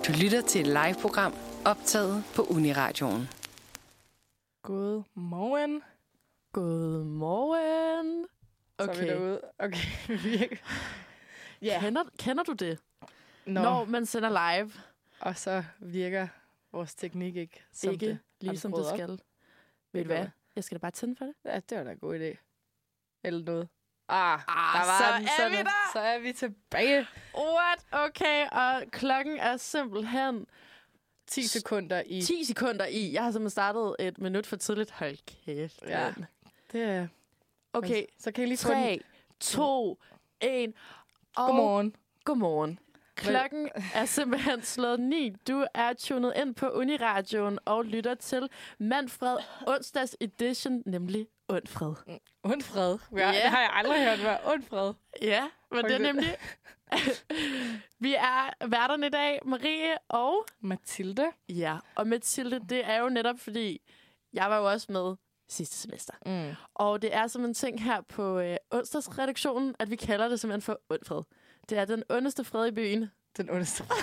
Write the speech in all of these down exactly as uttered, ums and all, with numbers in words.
Du lytter til et live-program optaget på Uniradioen. God morgen. God morgen. Okay. Så er vi derude. Okay, vi yeah. kender, kender du det? Nå. Når man sender live. Og så virker vores teknik ikke, som ikke det ligesom det skal. Op. Ved du hvad? Jeg skal da bare tænde for det. Ja, det var da en god idé. Eller noget. Ah, ah der var så den, er sådan. vi der. Så er vi tilbage. What? Okay, og klokken er simpelthen... ti sekunder i. ti sekunder i. Jeg har simpelthen startet et minut for tidligt. Hold kæft. Ja, det er... Okay, så kan I lige tre, to, et. Godmorgen. Godmorgen. Klokken er simpelthen slået ni. Du er tunet ind på Uniradioen og lytter til Manfred onsdags edition, nemlig Undfred. Undfred? Ja, yeah. Det har jeg aldrig hørt være. Undfred. Ja, men det er nemlig... Vi er værterne i dag, Marie og... Mathilde. Ja, og Mathilde, det er jo netop fordi, jeg var jo også med sidste semester. Mm. Og det er som en ting her på øh, onsdagsredaktionen, at vi kalder det simpelthen for Undfred. Det er den ondeste fred i byen. Den ondeste fred.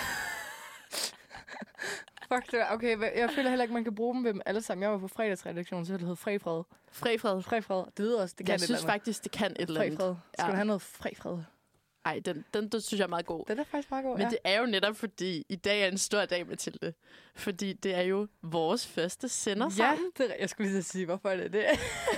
Fuck det. Okay, jeg føler heller ikke, man kan bruge dem ved dem alle sammen. Jeg var på fredagsredaktionen, så det hed Frefred. Frefred. Frefred. Det lyder også, det kan jeg et synes faktisk, det kan et eller andet. Frefred. Skal ja. du have noget Frefred? Ej, den, den, den synes jeg er meget god. Den er faktisk meget god, Men ja. det er jo netop fordi, i dag er en stor dag, Mathilde. Fordi det er jo vores første sender sammen. Ja, det, jeg skulle lige sige, hvorfor er det det?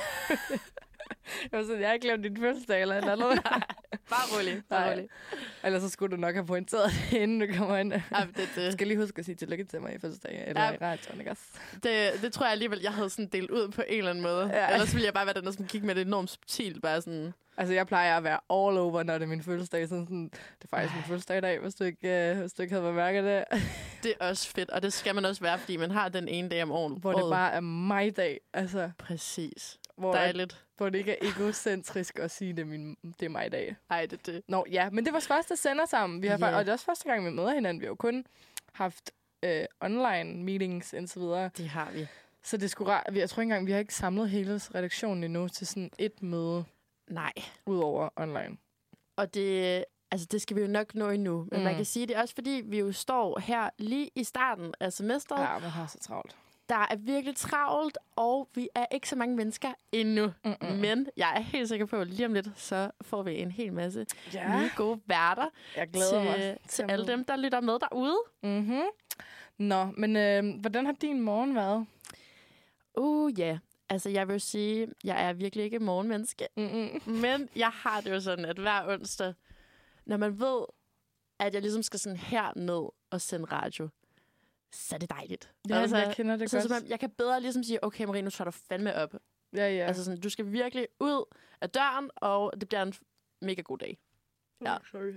Jeg var sådan, jeg har ikke glemt din fødselsdag eller et eller andet. Bare rolig, bare rolig. Ellers så skulle du nok have pointeret det, inden du kommer ind. Ja, det, det. Jeg skal lige huske at sige tillykke til mig i fødselsdag, eller ja. i radioen, ikke også? Det, det tror jeg alligevel, jeg havde sådan delt ud på en eller anden måde. Ja. Ellers ville jeg bare være den, der sådan kigge med det enormt subtilt, bare sådan... Altså, jeg plejer at være all over, når det er min fødselsdag. Sådan, sådan, det er faktisk Ej. min fødselsdag i dag, hvis du ikke, uh, hvis du ikke havde bemærket det. Det er også fedt, og det skal man også være, fordi man har den ene dag om året. Hvor det bare er mig-dag. Altså, præcis. Hvor Dejligt. At, hvor det ikke er egocentrisk at sige, det er, min, det er mig i dag. Ej, det er det. Nå, ja, men det var første sender sammen. Vi har, yeah. Og det er også første gang, vi møder hinanden. Vi har jo kun haft øh, online meetings indtil videre. Det har vi. Så det skulle rart. Jeg tror ikke engang, vi har ikke samlet hele redaktionen endnu til sådan et møde. Nej. Udover online. Og det, altså det skal vi jo nok nå endnu. Men mm. man kan sige, det er også fordi, vi jo står her lige i starten af semesteret. Ja, man har så travlt. Der er virkelig travlt, og vi er ikke så mange mennesker endnu. Mm-mm. Men jeg er helt sikker på, at lige om lidt, så får vi en hel masse ja. nye gode værter. Jeg glæder til, mig til, til alle dem, der lytter med derude. Mm-hmm. Nå, men øh, hvordan har din morgen været? Uh, ja. Yeah. Altså, jeg vil sige, jeg er virkelig ikke morgenmenneske. Mm-mm. Men jeg har det jo sådan, at hver onsdag, når man ved, at jeg ligesom skal sådan herned og sende radio, så er det dejligt. Ja, altså, jeg kender det så, godt. Så, jeg kan bedre ligesom sige, okay Marie, nu tager du fandme op. Ja, ja. Altså sådan, du skal virkelig ud af døren, og det bliver en mega god dag. Ja. Oh, sorry.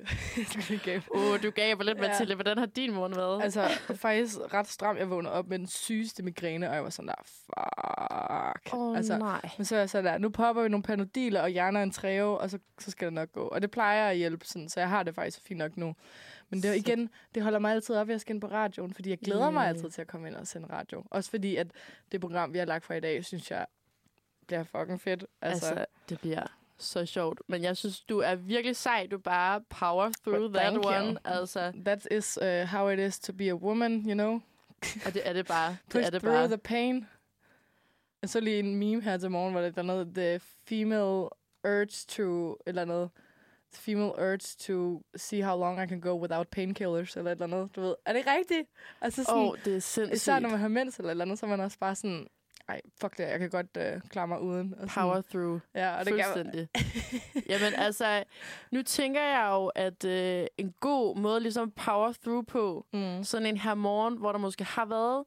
Åh, oh, du gav mig lidt, ja. Mathilde. Hvordan har din morgen været? Altså, faktisk ret stram. Jeg vågnede op med den sygeste migræne, og jeg var sådan der, fuck. Åh, oh, altså, nej. Men så er jeg sådan der, nu popper vi nogle panodiler og hjerner en træve, og så, så skal det nok gå. Og det plejer at hjælpe, sådan, så jeg har det faktisk fint nok nu. Men det er igen, det holder mig altid op, at jeg skal ind på radioen, fordi jeg glæder yeah. mig altid til at komme ind og sende radio. Også fordi, at det program, vi har lagt for i dag, synes jeg bliver fucking fedt. Altså, altså det bliver så sjovt. Men jeg synes, du er virkelig sej. Du bare power through that one. Altså. That is uh, how it is to be a woman, you know? Og det er det bare. Push det er det through bare. the pain. Jeg så lige en meme her til morgen, hvor det er noget, the female urge to, eller noget, the female urge to see how long I can go without painkillers, eller et eller andet. Du ved, er det rigtigt? Altså sådan, oh, det er sindssygt. Især når man har mens, eller et eller andet, så er man også bare sådan, ej, fuck det, jeg kan godt uh, klare mig uden. Og power sådan. Through. Ja, og det fuldstændig. Jamen altså, nu tænker jeg jo, at øh, en god måde ligesom power through på, mm. sådan en her morgen, hvor der måske har været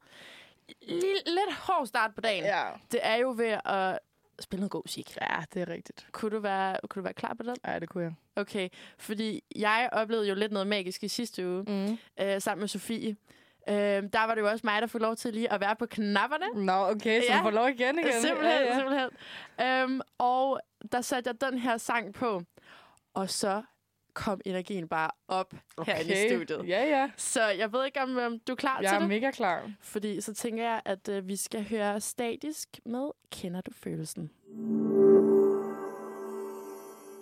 li- lidt hård start på dagen, ja. det er jo ved at spille noget god musik. Ja, det er rigtigt. Kunne du være, kunne du være klar på den? Ja, det kunne jeg. Okay, fordi jeg oplevede jo lidt noget magisk i sidste uge, mm. øh, sammen med Sofie. Øhm, der var det jo også mig, der fik lov til lige at være på knapperne. Nå, okay, så ja. Du får lov igen igen. Simpelthen, ja, ja. simpelthen. Øhm, og der satte jeg den her sang på, og så kom energien bare op okay. herinde i studiet. Ja, ja. Så jeg ved ikke, om um, du er klar jeg til det? Jeg er mega klar. Fordi så tænker jeg, at uh, vi skal høre Statisk med Kender du følelsen?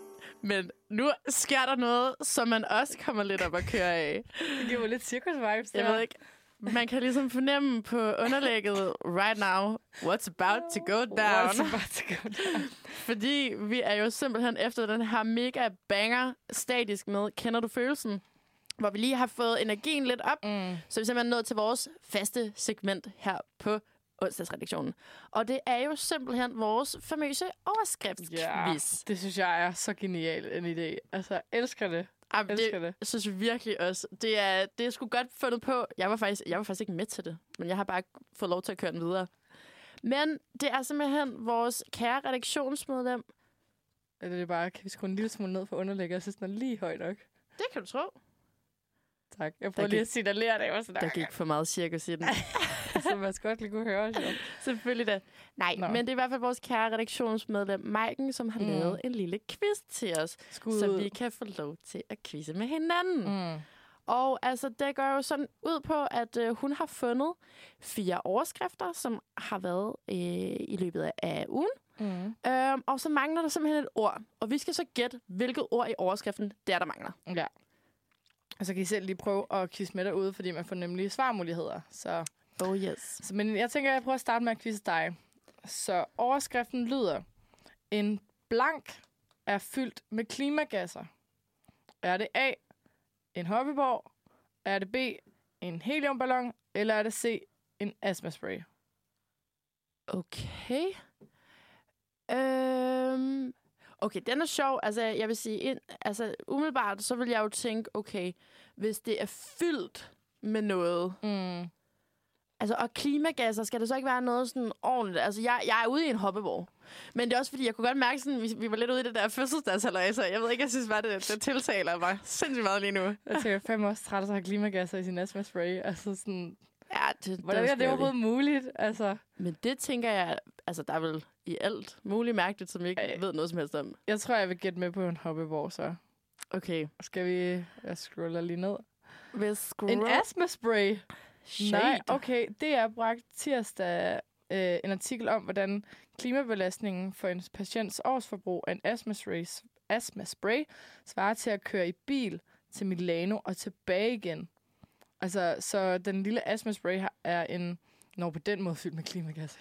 Men nu sker der noget, som man også kommer lidt op at køre af. Det giver lidt cirkus-vibes. Jeg ved ikke. Man kan ligesom fornemme på underlægget right now, what's about to go down. What's about to go down. Fordi vi er jo simpelthen efter den her mega banger statisk med Kender du følelsen? Hvor vi lige har fået energien lidt op. Mm. Så vi er simpelthen nået til vores faste segment her på onsdagsredaktionen. Og det er jo simpelthen vores famøse overskriftsquiz. Ja, det synes jeg er så genial en idé. Altså, jeg elsker det. Jamen, elsker det, det. synes jeg virkelig også. Det er, det er sgu godt fundet på. Jeg var, faktisk, jeg var faktisk ikke med til det, men jeg har bare fået lov til at køre den videre. Men det er simpelthen vores kære redaktionsmedlem. Eller det er bare, kan vi skrue en lille smule ned for underlægget? Jeg synes, den er lige høj nok. Det kan du tro. Tak. Jeg prøver lige at signalere det. Jeg der gik for meget cirkus i den. Så man skal godt lige kunne høre os, jo. Selvfølgelig da. Nej, Nå. Men det er i hvert fald vores kære redaktionsmedlem, Maiken, som har mm. lavet en lille quiz til os, Skud. Så vi kan få lov til at quizze med hinanden. Mm. Og altså, det går jo sådan ud på, at øh, hun har fundet fire overskrifter, som har været øh, i løbet af ugen. Mm. Øhm, og så mangler der simpelthen et ord. Og vi skal så gætte, hvilket ord i overskriften, det er, der mangler. Ja. Og så kan I selv lige prøve at quizze med derude, fordi man får nemlig svarmuligheder. Så, oh yes. Så, men jeg tænker, at jeg prøver at starte med at quizze dig. Så overskriften lyder: en blank er fyldt med klimagasser. Er det A, en hoppeborg? Er det B, en heliumballon? Eller er det C, en astmaspray? Okay. Øhm... Okay, den er sjov. Altså, jeg vil sige, ind, altså, umiddelbart, så vil jeg jo tænke, okay, hvis det er fyldt med noget, mm. altså, og klimagasser, skal det så ikke være noget sådan ordentligt? Altså, jeg, jeg er ude i en hoppevogn. Men det er også fordi, jeg kunne godt mærke, sådan, vi, vi var lidt ude i det der fødselsdagshalløjse. Jeg ved ikke, jeg synes bare, det, det tiltaler mig sindssygt meget lige nu. Jeg tænker, fem års træt, så har klimagasser i sin astmaspray. Altså sådan... Ja, det, hvordan er det overhovedet muligt? Altså. Men det tænker jeg, altså der er vel i alt muligt mærkeligt, som jeg ikke Ej. ved noget som helst om. Jeg tror, jeg vil gætte med på en hoppeborg, så. Okay. Skal vi... Jeg scroller lige ned. Vi scroll... En astmaspray? Nej, okay. Det er bragt tirsdag øh, en artikel om, hvordan klimabelastningen for en patients årsforbrug af en astmaspray, astmaspray svarer til at køre i bil til Milano og tilbage igen. Altså, så den lille astmaspray er en... Når på den måde fyldt med klimagasser.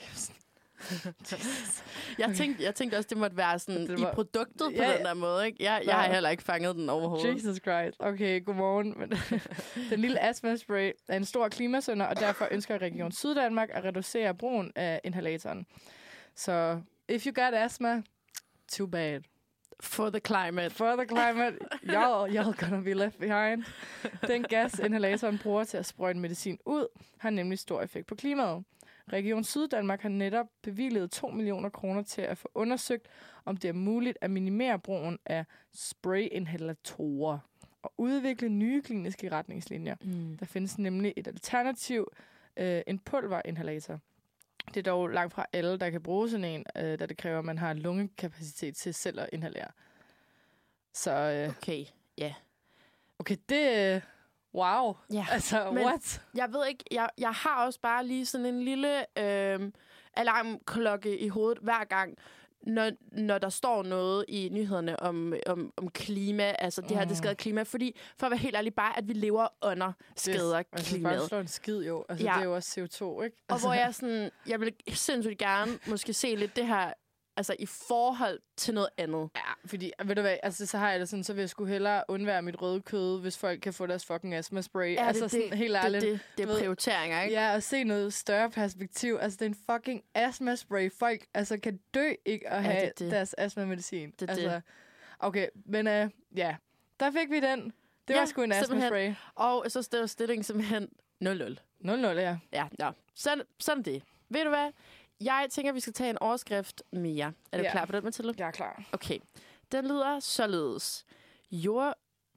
jeg, okay. tænkte, jeg tænkte også, det måtte være sådan det var... i produktet på ja, den der måde, ikke? Jeg, jeg har heller ikke fanget den overhovedet. Jesus Christ. Okay, godmorgen. Men den lille astmaspray er en stor klimasynder, og derfor ønsker Region Syddanmark at reducere brugen af inhalatoren. Så, if you got asthma, too bad. For the climate. For the climate. Y'all, y'all gonna be left behind. Den gas, inhalatoren bruger til at sprøjte medicin ud, har nemlig stor effekt på klimaet. Region Syddanmark har netop bevilget to millioner kroner til at få undersøgt, om det er muligt at minimere brugen af sprayinhalatorer og udvikle nye kliniske retningslinjer. Mm. Der findes nemlig et alternativ, øh, en pulverinhalator. Det er dog langt fra alle, der kan bruge sådan en, øh, da det kræver, at man har lungekapacitet til selv at inhalere. Så, øh, okay, ja. Yeah. Okay, det... Øh, wow. Ja. Altså, men what? Jeg ved ikke, jeg, jeg har også bare lige sådan en lille øh, alarmklokke i hovedet hver gang, når, når der står noget i nyhederne om, om, om klima, altså det her, det skader klima, fordi for at være helt ærlig, bare at vi lever under skader det, altså, klimaet. Altså, bare en skid jo. Altså, ja. Det er jo også C O to, ikke? Altså. Og hvor jeg sådan, jeg vil sindssygt gerne måske se lidt det her, altså i forhold til noget andet. Ja, fordi, ved du hvad, altså så har jeg det sådan, så vil jeg sgu hellere undvære mit røde kød, hvis folk kan få deres fucking astmaspray. Ja, altså det, sådan, det, helt ærligt. Det, det, det er prioriteringer, ikke? Ja, og se noget større perspektiv. Altså, det er en fucking astmaspray. Folk altså, kan dø ikke at have ja, det, det. deres astmamedicin. Det, altså, det. Okay, men uh, ja, der fik vi den. Det ja, var sgu en astmaspray. Og så stod stillingen simpelthen nul nul. nul nul, ja. Ja, ja. Sådan, sådan det. Ved du hvad? Jeg tænker, vi skal tage en overskrift mere. Er du ja. klar på den, Mathilde? Jeg er klar. Okay. Den lyder således. Jord...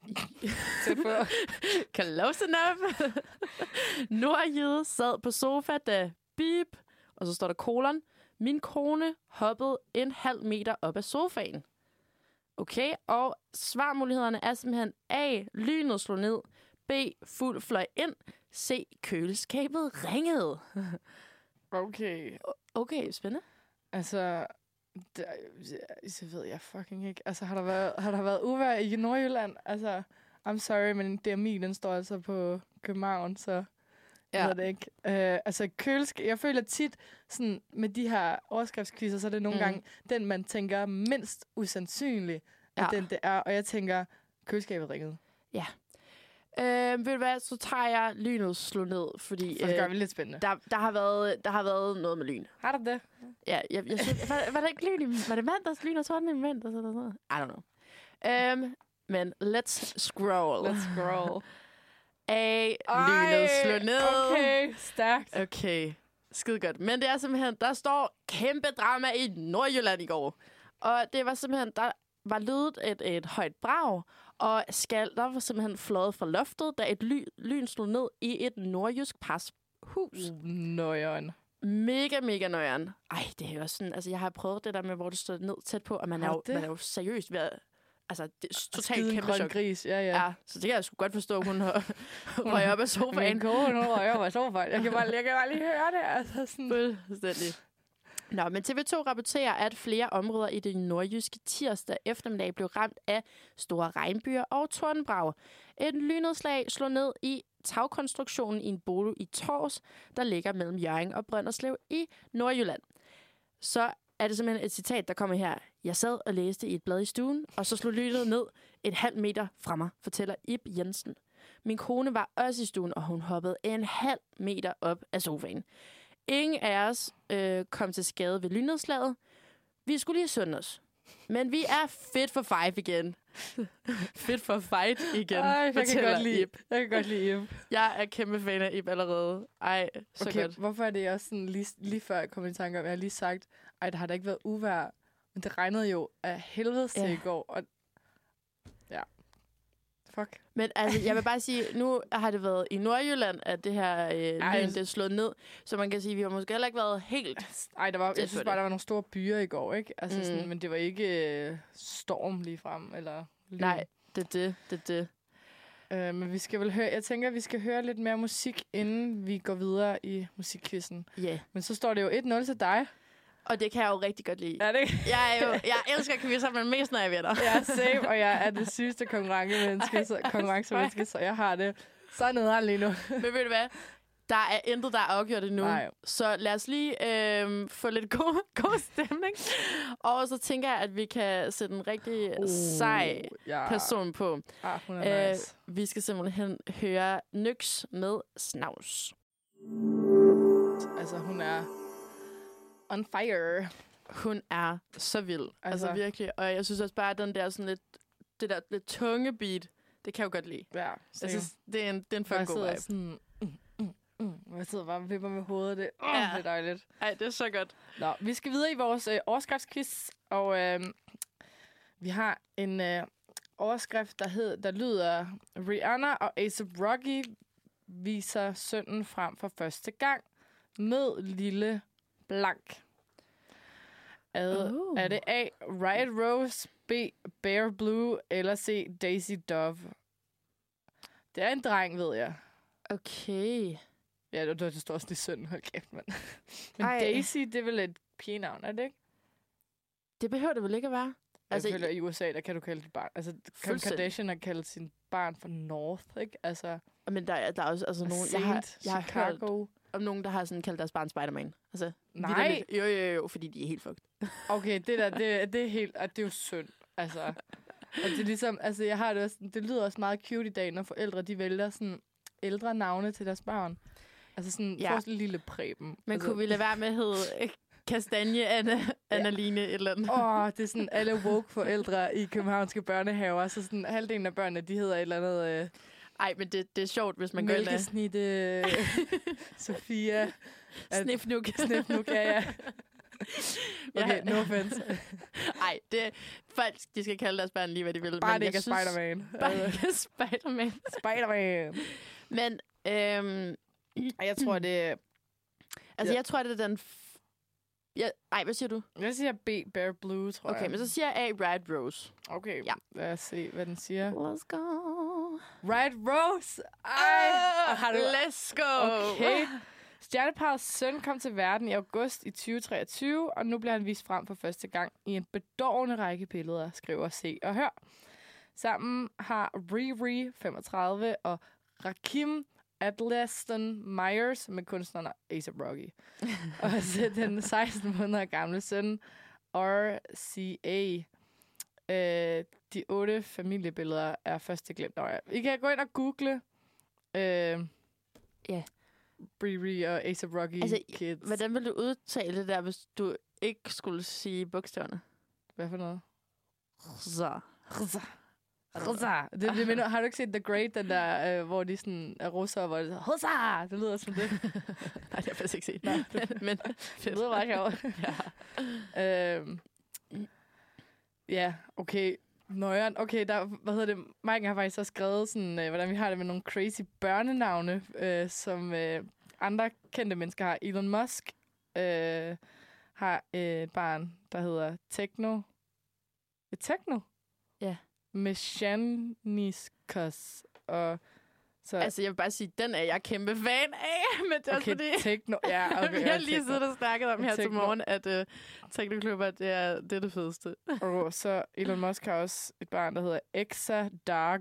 Close enough. Nordjyde sad på sofa, da beep, og så står der kolon. Min kone hoppede en halv meter op af sofaen. Okay, og svarmulighederne er simpelthen A. Lynet slog ned. B. Fuld fløj ind. C. Køleskabet ringede. Okay. Okay, spændende. Altså, Det, det ved jeg fucking ikke. Altså, har der været, har der været uvejr i Nordjylland? Altså, I'm sorry, men D M I, den står altså på København, så jeg Ja. ved det ikke. Uh, altså, køleskab... Jeg føler tit, sådan, med de her overskriftskvisser, så er det nogle Mm. gange den, man tænker mindst usandsynlig, Ja. at den det er. Og jeg tænker, køleskabet ringede. Øh, ved du hvad, så tager jeg lynet slå ned, fordi For det gør øh, vi lidt spændende. der, der, har været, der har været noget med lyn. Har du det? Ja, jeg, jeg synes, var, var der ikke lyn i, var det mandags, lyn og torden i mandags eller sådan noget? I don't know. Um, men let's scroll. Let's scroll. A, lynet slå ned. Okay, stærkt. Okay, skide godt. Men det er simpelthen, der står kæmpe drama i Nordjylland i går. Og det var simpelthen, der var lydet et, et højt brag, og skal, der var simpelthen fløjet fra loftet, da et ly, lyn slog ned i et nordjysk pars hus. Uh, nøjeren. Mega, mega nøjeren. Ej, det er jo også sådan, altså jeg har prøvet det der med, hvor det står ned tæt på, og man, er Har jo, du det? man er jo seriøst ved at, altså det er totalt Skide en kæmpe grøn chok. gris, ja, ja. Ja, så det kan jeg sgu godt forstå, at hun har røget op af sofaen. Min kone, hun røg op af sofaen. Jeg kan bare, jeg kan bare lige høre det. Altså sådan. Fuldstændig. Nå, men T V to rapporterer, at flere områder i det nordjyske tirsdag eftermiddag blev ramt af store regnbyer og tordenbrag. Et lynnedslag slog ned i tagkonstruktionen i en bolig i Tors, der ligger mellem Hjørring og Brønderslev i Nordjylland. Så er det simpelthen et citat, der kommer her. Jeg sad og læste i et blad i stuen, og så slog lynet ned et halvt meter fra mig, fortæller Ib Jensen. Min kone var også i stuen, og hun hoppede en halv meter op af sofaen. Ingen af os øh, kom til skade ved lynnedslaget. Vi skulle lige sunde os. Men vi er fit for five igen. Fit for fight igen. Ej, jeg kan fortæller godt lide Ib. Jeg kan godt lide Ib. Jeg er kæmpe fan af Ib allerede. Ej, så Okay, godt. hvorfor er det også sådan, lige, lige før jeg kom i tanke om, jeg har lige sagt, ej, der har da ikke været uvejr, men det regnede jo af helvede til Ja. i går, og ja, fuck. Men altså, jeg vil bare sige, nu har det været i Nordjylland, at det her øh, Ej, lyn det er slået ned. Så man kan sige, at vi har måske heller ikke været helt... Ej, der var, Det jeg er synes for bare, det. der var nogle store byer i går, ikke? Altså Mm. sådan, men det var ikke øh, storm lige frem, eller lyn. Nej, det er det, det er det. Øh, men vi skal vel høre, jeg tænker, at vi skal høre lidt mere musik, inden vi går videre i musikquizzen. Ja. Yeah. Men så står det jo et nul til dig. Og det kan jeg jo rigtig godt lide. Er det ikke? Jeg, er jo, jeg elsker quizzer, men mest når jeg ved dig. Jeg er safe, og jeg er det sygeste konkurrencemenneske, så, konkurrencemenneske, så jeg har det så nederen lige nu. Men ved du hvad? Der er intet, der er afgjort endnu. Nej. Så lad os lige øh, få lidt god, god stemning. Og så tænker jeg, at vi kan sætte en rigtig uh, sej ja. person på. Ah, hun er Øh, nice. vi skal simpelthen høre Nyx med Snavs. Altså, hun er on fire. Hun er så vild. Altså, Altså- altså virkelig. Og jeg synes også bare, at den der sådan lidt, det der lidt tunge beat, det kan jeg jo godt lide. Ja, Jeg synes, det er en, det er en fucking jeg god sidder vibe. sådan... Mm, mm, mm. Jeg sidder bare og vipper med hovedet. Det, oh, Ja. det er dejligt. Ej, det er så godt. Nå, vi skal videre i vores øh, overskriftsquiz, og øh, vi har en øh, overskrift, der, hed, der lyder: Rihanna og A$AP Rocky viser sønnen frem for første gang. Mød lille blank. Er, Oh. er det A. Riot Rose, B. Bear Blue, eller C. Daisy Dove? Det er en dreng, ved jeg. Okay. Ja, det, det står også lige søn, hold kæft, mand. Men Ej. Daisy, det er vel et pigenavn, er det ikke? Det behøver det vel ikke at være? Altså, Altså, jeg føler, i U S A, der kan du kalde dit barn. Altså, Kim Fuldstændig. Kardashian har kaldt sin barn for North, ikke? Altså, Men der, er- der er også altså, nogen, jeg Saint, har, jeg har hørt Chicago. om nogen, der har sådan kaldt deres barn Spider-Man. Altså, Nej. vitterligt. Jo, jo, jo, fordi de er helt fucked. Okay, det der, det, det er helt, og det er jo synd. Altså, og det er ligesom, altså, jeg har det også, det lyder også meget cute i dag, når forældre, de vælger sådan ældre navne til deres børn. Altså sådan, Ja. ja. Få en lille Preben. Men altså, kunne vi lade være med at hedde øh, Kastanje Anna, Anna-Line et eller andet? Åh, oh, det er sådan alle woke forældre i københavnske børnehaver. Så sådan halvdelen af børnene, de hedder et eller andet øh, Ej, men det, det er sjovt, hvis man går ind af mælkesnitte, Sofia, Snifnuk. Snifnuk, ja, ja. Okay, Ja. no offense. Ej, det, folk, de skal kalde deres børn lige, hvad de vil. Bare men det jeg ikke er synes- Spider-Man. Bare Altså, ikke er Spider-Man. Spider-Man. Men, øhm, Ej, jeg tror, det er... altså, Ja. jeg tror, det er den... F- ja, ej, hvad siger du? Jeg siger B, Bear Blue, tror jeg. Okay, men så siger jeg A, Red Rose. Okay, Ja. lad os se, hvad den siger. Let's go. Red Rose! Ej! Ah, Og har du... let's go. Okay. Stjerneparets søn kom til verden i august i tyve treogtyve, og nu bliver han vist frem for første gang i en bedårende række billeder, skriver Se og Hør. Sammen har Riri, femogtredive, og Rakim Adleston Myers med kunstneren A$AP Rocky. Og så den seksten måneder gamle søn, R C A. Øh, de otte familiebilleder er først til glemt. I kan gå ind og google øh, ja. Riri og A$AP Rocky altså, kids. Hvordan ville du udtale det der, hvis du ikke skulle sige bogstaverne? Hvad for noget? Så. Huzzah. Det, det minder, har du ikke set The Great, den der, øh, hvor de sådan er russere, hvor det er huzzah! Det lyder som det. Nej, det har jeg faktisk ikke set. Nej, det, men det lyder bare sjovt. ja. øhm, ja, okay. Nøjeren. Okay, der, hvad hedder det? Mike har faktisk også skrevet sådan, øh, hvordan vi har det med nogle crazy børnenavne, øh, som øh, andre kendte mennesker har. Elon Musk øh, har et barn, der hedder Techno. Et Techno? Ja. Meshaniskas. Og så altså, jeg vil bare sige, den er jeg kæmpe fan af, men det er okay, fordi... techno. Ja, okay, vi har lige siddet og snakket om her techno. til morgen, at uh, technoklubber, det er, det er det fedeste. Og så Elon Musk har også et barn, der hedder Exa Dark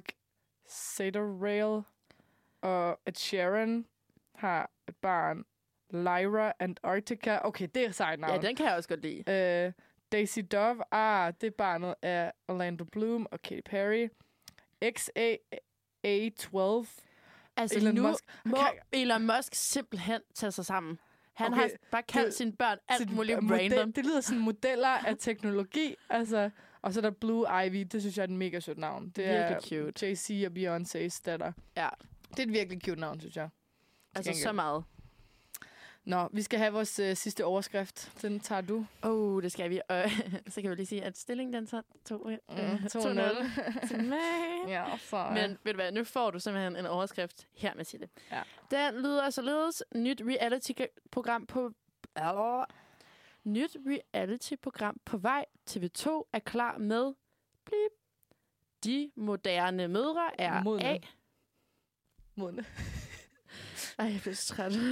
Rail. Og Ed Sheeran har et barn, Lyra Antarctica. Okay, det er sejt navn. Ja, den kan jeg også godt lide. Uh, Daisy Dove, ah, det er barnet af Orlando Bloom og Katy Perry. X A A tolv. Altså Elon nu Musk. må Kan... Elon Musk simpelthen tage sig sammen. Han okay, har bare kaldt det, sine børn alt muligt model, random. Det lyder sådan modeller af teknologi. Altså, og så er der Blue Ivy. Det synes jeg er et mega sødt navn. Det virkelig er cute. Jay-Z og Beyoncé's datter. Ja. Det er et virkelig cute navn, synes jeg. Altså så meget. Nå, vi skal have vores øh, sidste overskrift. Den tager du. Åh, oh, det skal vi. Og så kan vi lige sige, at stillingen den tager to, øh, mm, to nul til mig. Ja, så, Men ved du hvad, nu får du simpelthen en overskrift her, Mathilde. Ja. Den lyder således: nyt reality-program på... Eller, nyt reality-program på vej. T V to er klar med... Blip. De moderne mødre er Modne. A. Modne. Ej, jeg bliver så træt.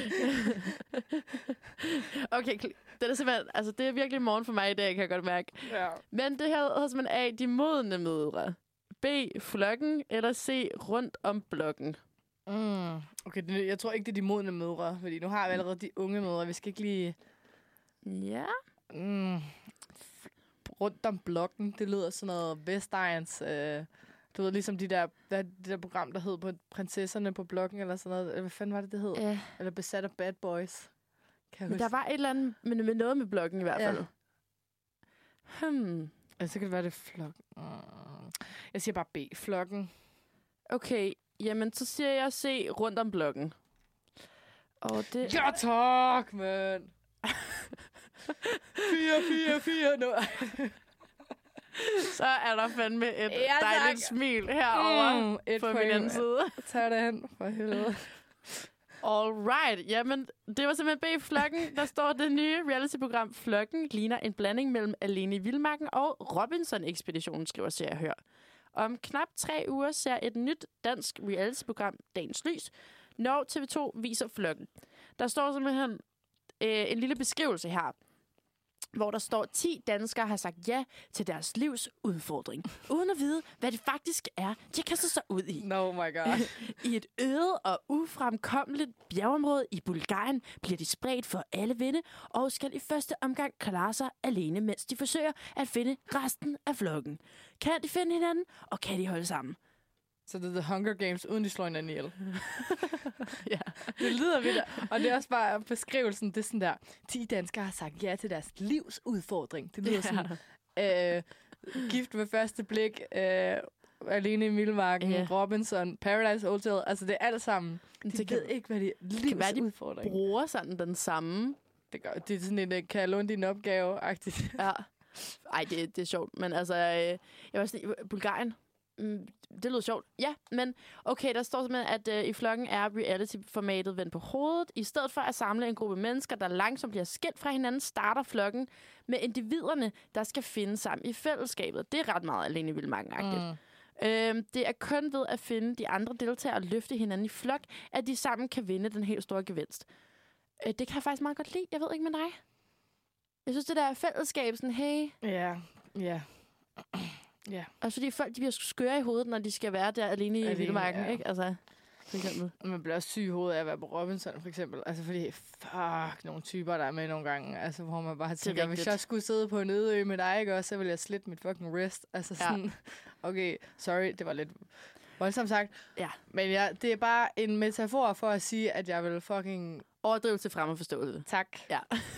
Okay, det er simpelthen, altså det er virkelig morgen for mig i dag, kan jeg godt mærke. Ja. Men det her hedder simpelthen A, de modne mødre. B, flokken, eller C, rundt om blokken. Mm. Okay, det, jeg tror ikke, det er de modne mødre, fordi nu har vi allerede de unge mødre. Vi skal ikke lige... Ja. Mm. Rundt om blokken, det lyder sådan noget Vestegns... Øh, du ved, ligesom de der, der, det der program, der hed på Prinsesserne på blokken, eller sådan noget. Hvad fanden var det, det hed? Ja. Eller Besat af Bad Boys. Men der var et eller andet med, med noget med blokken i hvert fald. Ja. Hmm. Altså, så kan det være, det flokken. Mm. Jeg siger bare B. Flokken. Okay, jamen så siger jeg C, rundt om blokken. Og det... Ja, tak, mand! fire, fire, fire, nu. Så er der fandme et ja, dejligt smil herovre mm, et på point. min anden side. Tag det hen, for helvede. Alright, jamen det var simpelthen B, Flokken. Der står det nye reality-program Flokken ligner en blanding mellem Alene i Vildmarken og Robinson-ekspeditionen, skriver Se og Hør. Om knap tre uger ser et nyt dansk reality-program Dagens Lys, når T V to viser Flokken. Der står simpelthen øh, en lille beskrivelse her, hvor der står, ti danskere har sagt ja til deres livs udfordring, uden at vide, hvad det faktisk er, de kaster sig ud i. No my god. I et øde og ufremkommeligt bjergeområde i Bulgarien bliver de spredt for alle vinde, og skal i første omgang klare sig alene, mens de forsøger at finde resten af flokken. Kan de finde hinanden, og kan de holde sammen? Så det er The Hunger Games, uden de slår hinanden ihjel. Ja. Det lyder vildt. Og det er også bare beskrivelsen, det er sådan der, ti danskere har sagt ja til deres livs udfordring. Det lyder ja. sådan, øh, gift ved første blik, øh, Alene i Vildmarken, yeah. Robinson, Paradise Hotel. Altså det er alt sammen. De det ved kan, ikke, hvad det er. Livs være, de udfordring. Bruger sådan den samme. Det, gør, det er sådan en, kan jeg låne din opgave-agtigt. Ja. Ej, det, det er sjovt. Men altså, øh, jeg var sådan, Bulgarien. Det lyder sjovt. Ja, men okay, der står simpelthen, at øh, i Flokken er reality-formatet vendt på hovedet. I stedet for at samle en gruppe mennesker, der langsomt bliver skilt fra hinanden, starter Flokken med individerne, der skal finde sammen i fællesskabet. Det er ret meget Alene i Vildmarken-agtigt. Mm. Øhm, det er kun ved at finde de andre deltagere og løfte hinanden i flok, at de sammen kan vinde den helt store gevinst. Øh, det kan jeg faktisk meget godt lide. Jeg ved ikke med dig. Jeg synes, det der fællesskab, sådan, hey. Ja, ja. Ja. Og fordi folk, de bliver skøre i hovedet, når de skal være der alene i vildmarken, ja. ikke? Altså, for eksempel. Man bliver også syg i hovedet af at være på Robinson, for eksempel. Altså, fordi, fuck, nogle typer, der er med nogle gange. Altså, hvor man bare tænker, hvis jeg skulle sidde på en øde ø med dig, ikke også, så ville jeg slitte mit fucking wrist. Altså, sådan, ja. Okay, sorry, det var lidt voldsomt sagt. Ja. Men ja, det er bare en metafor for at sige, at jeg vil fucking... Overdrive til fremmedforståelse. Tak. Ja.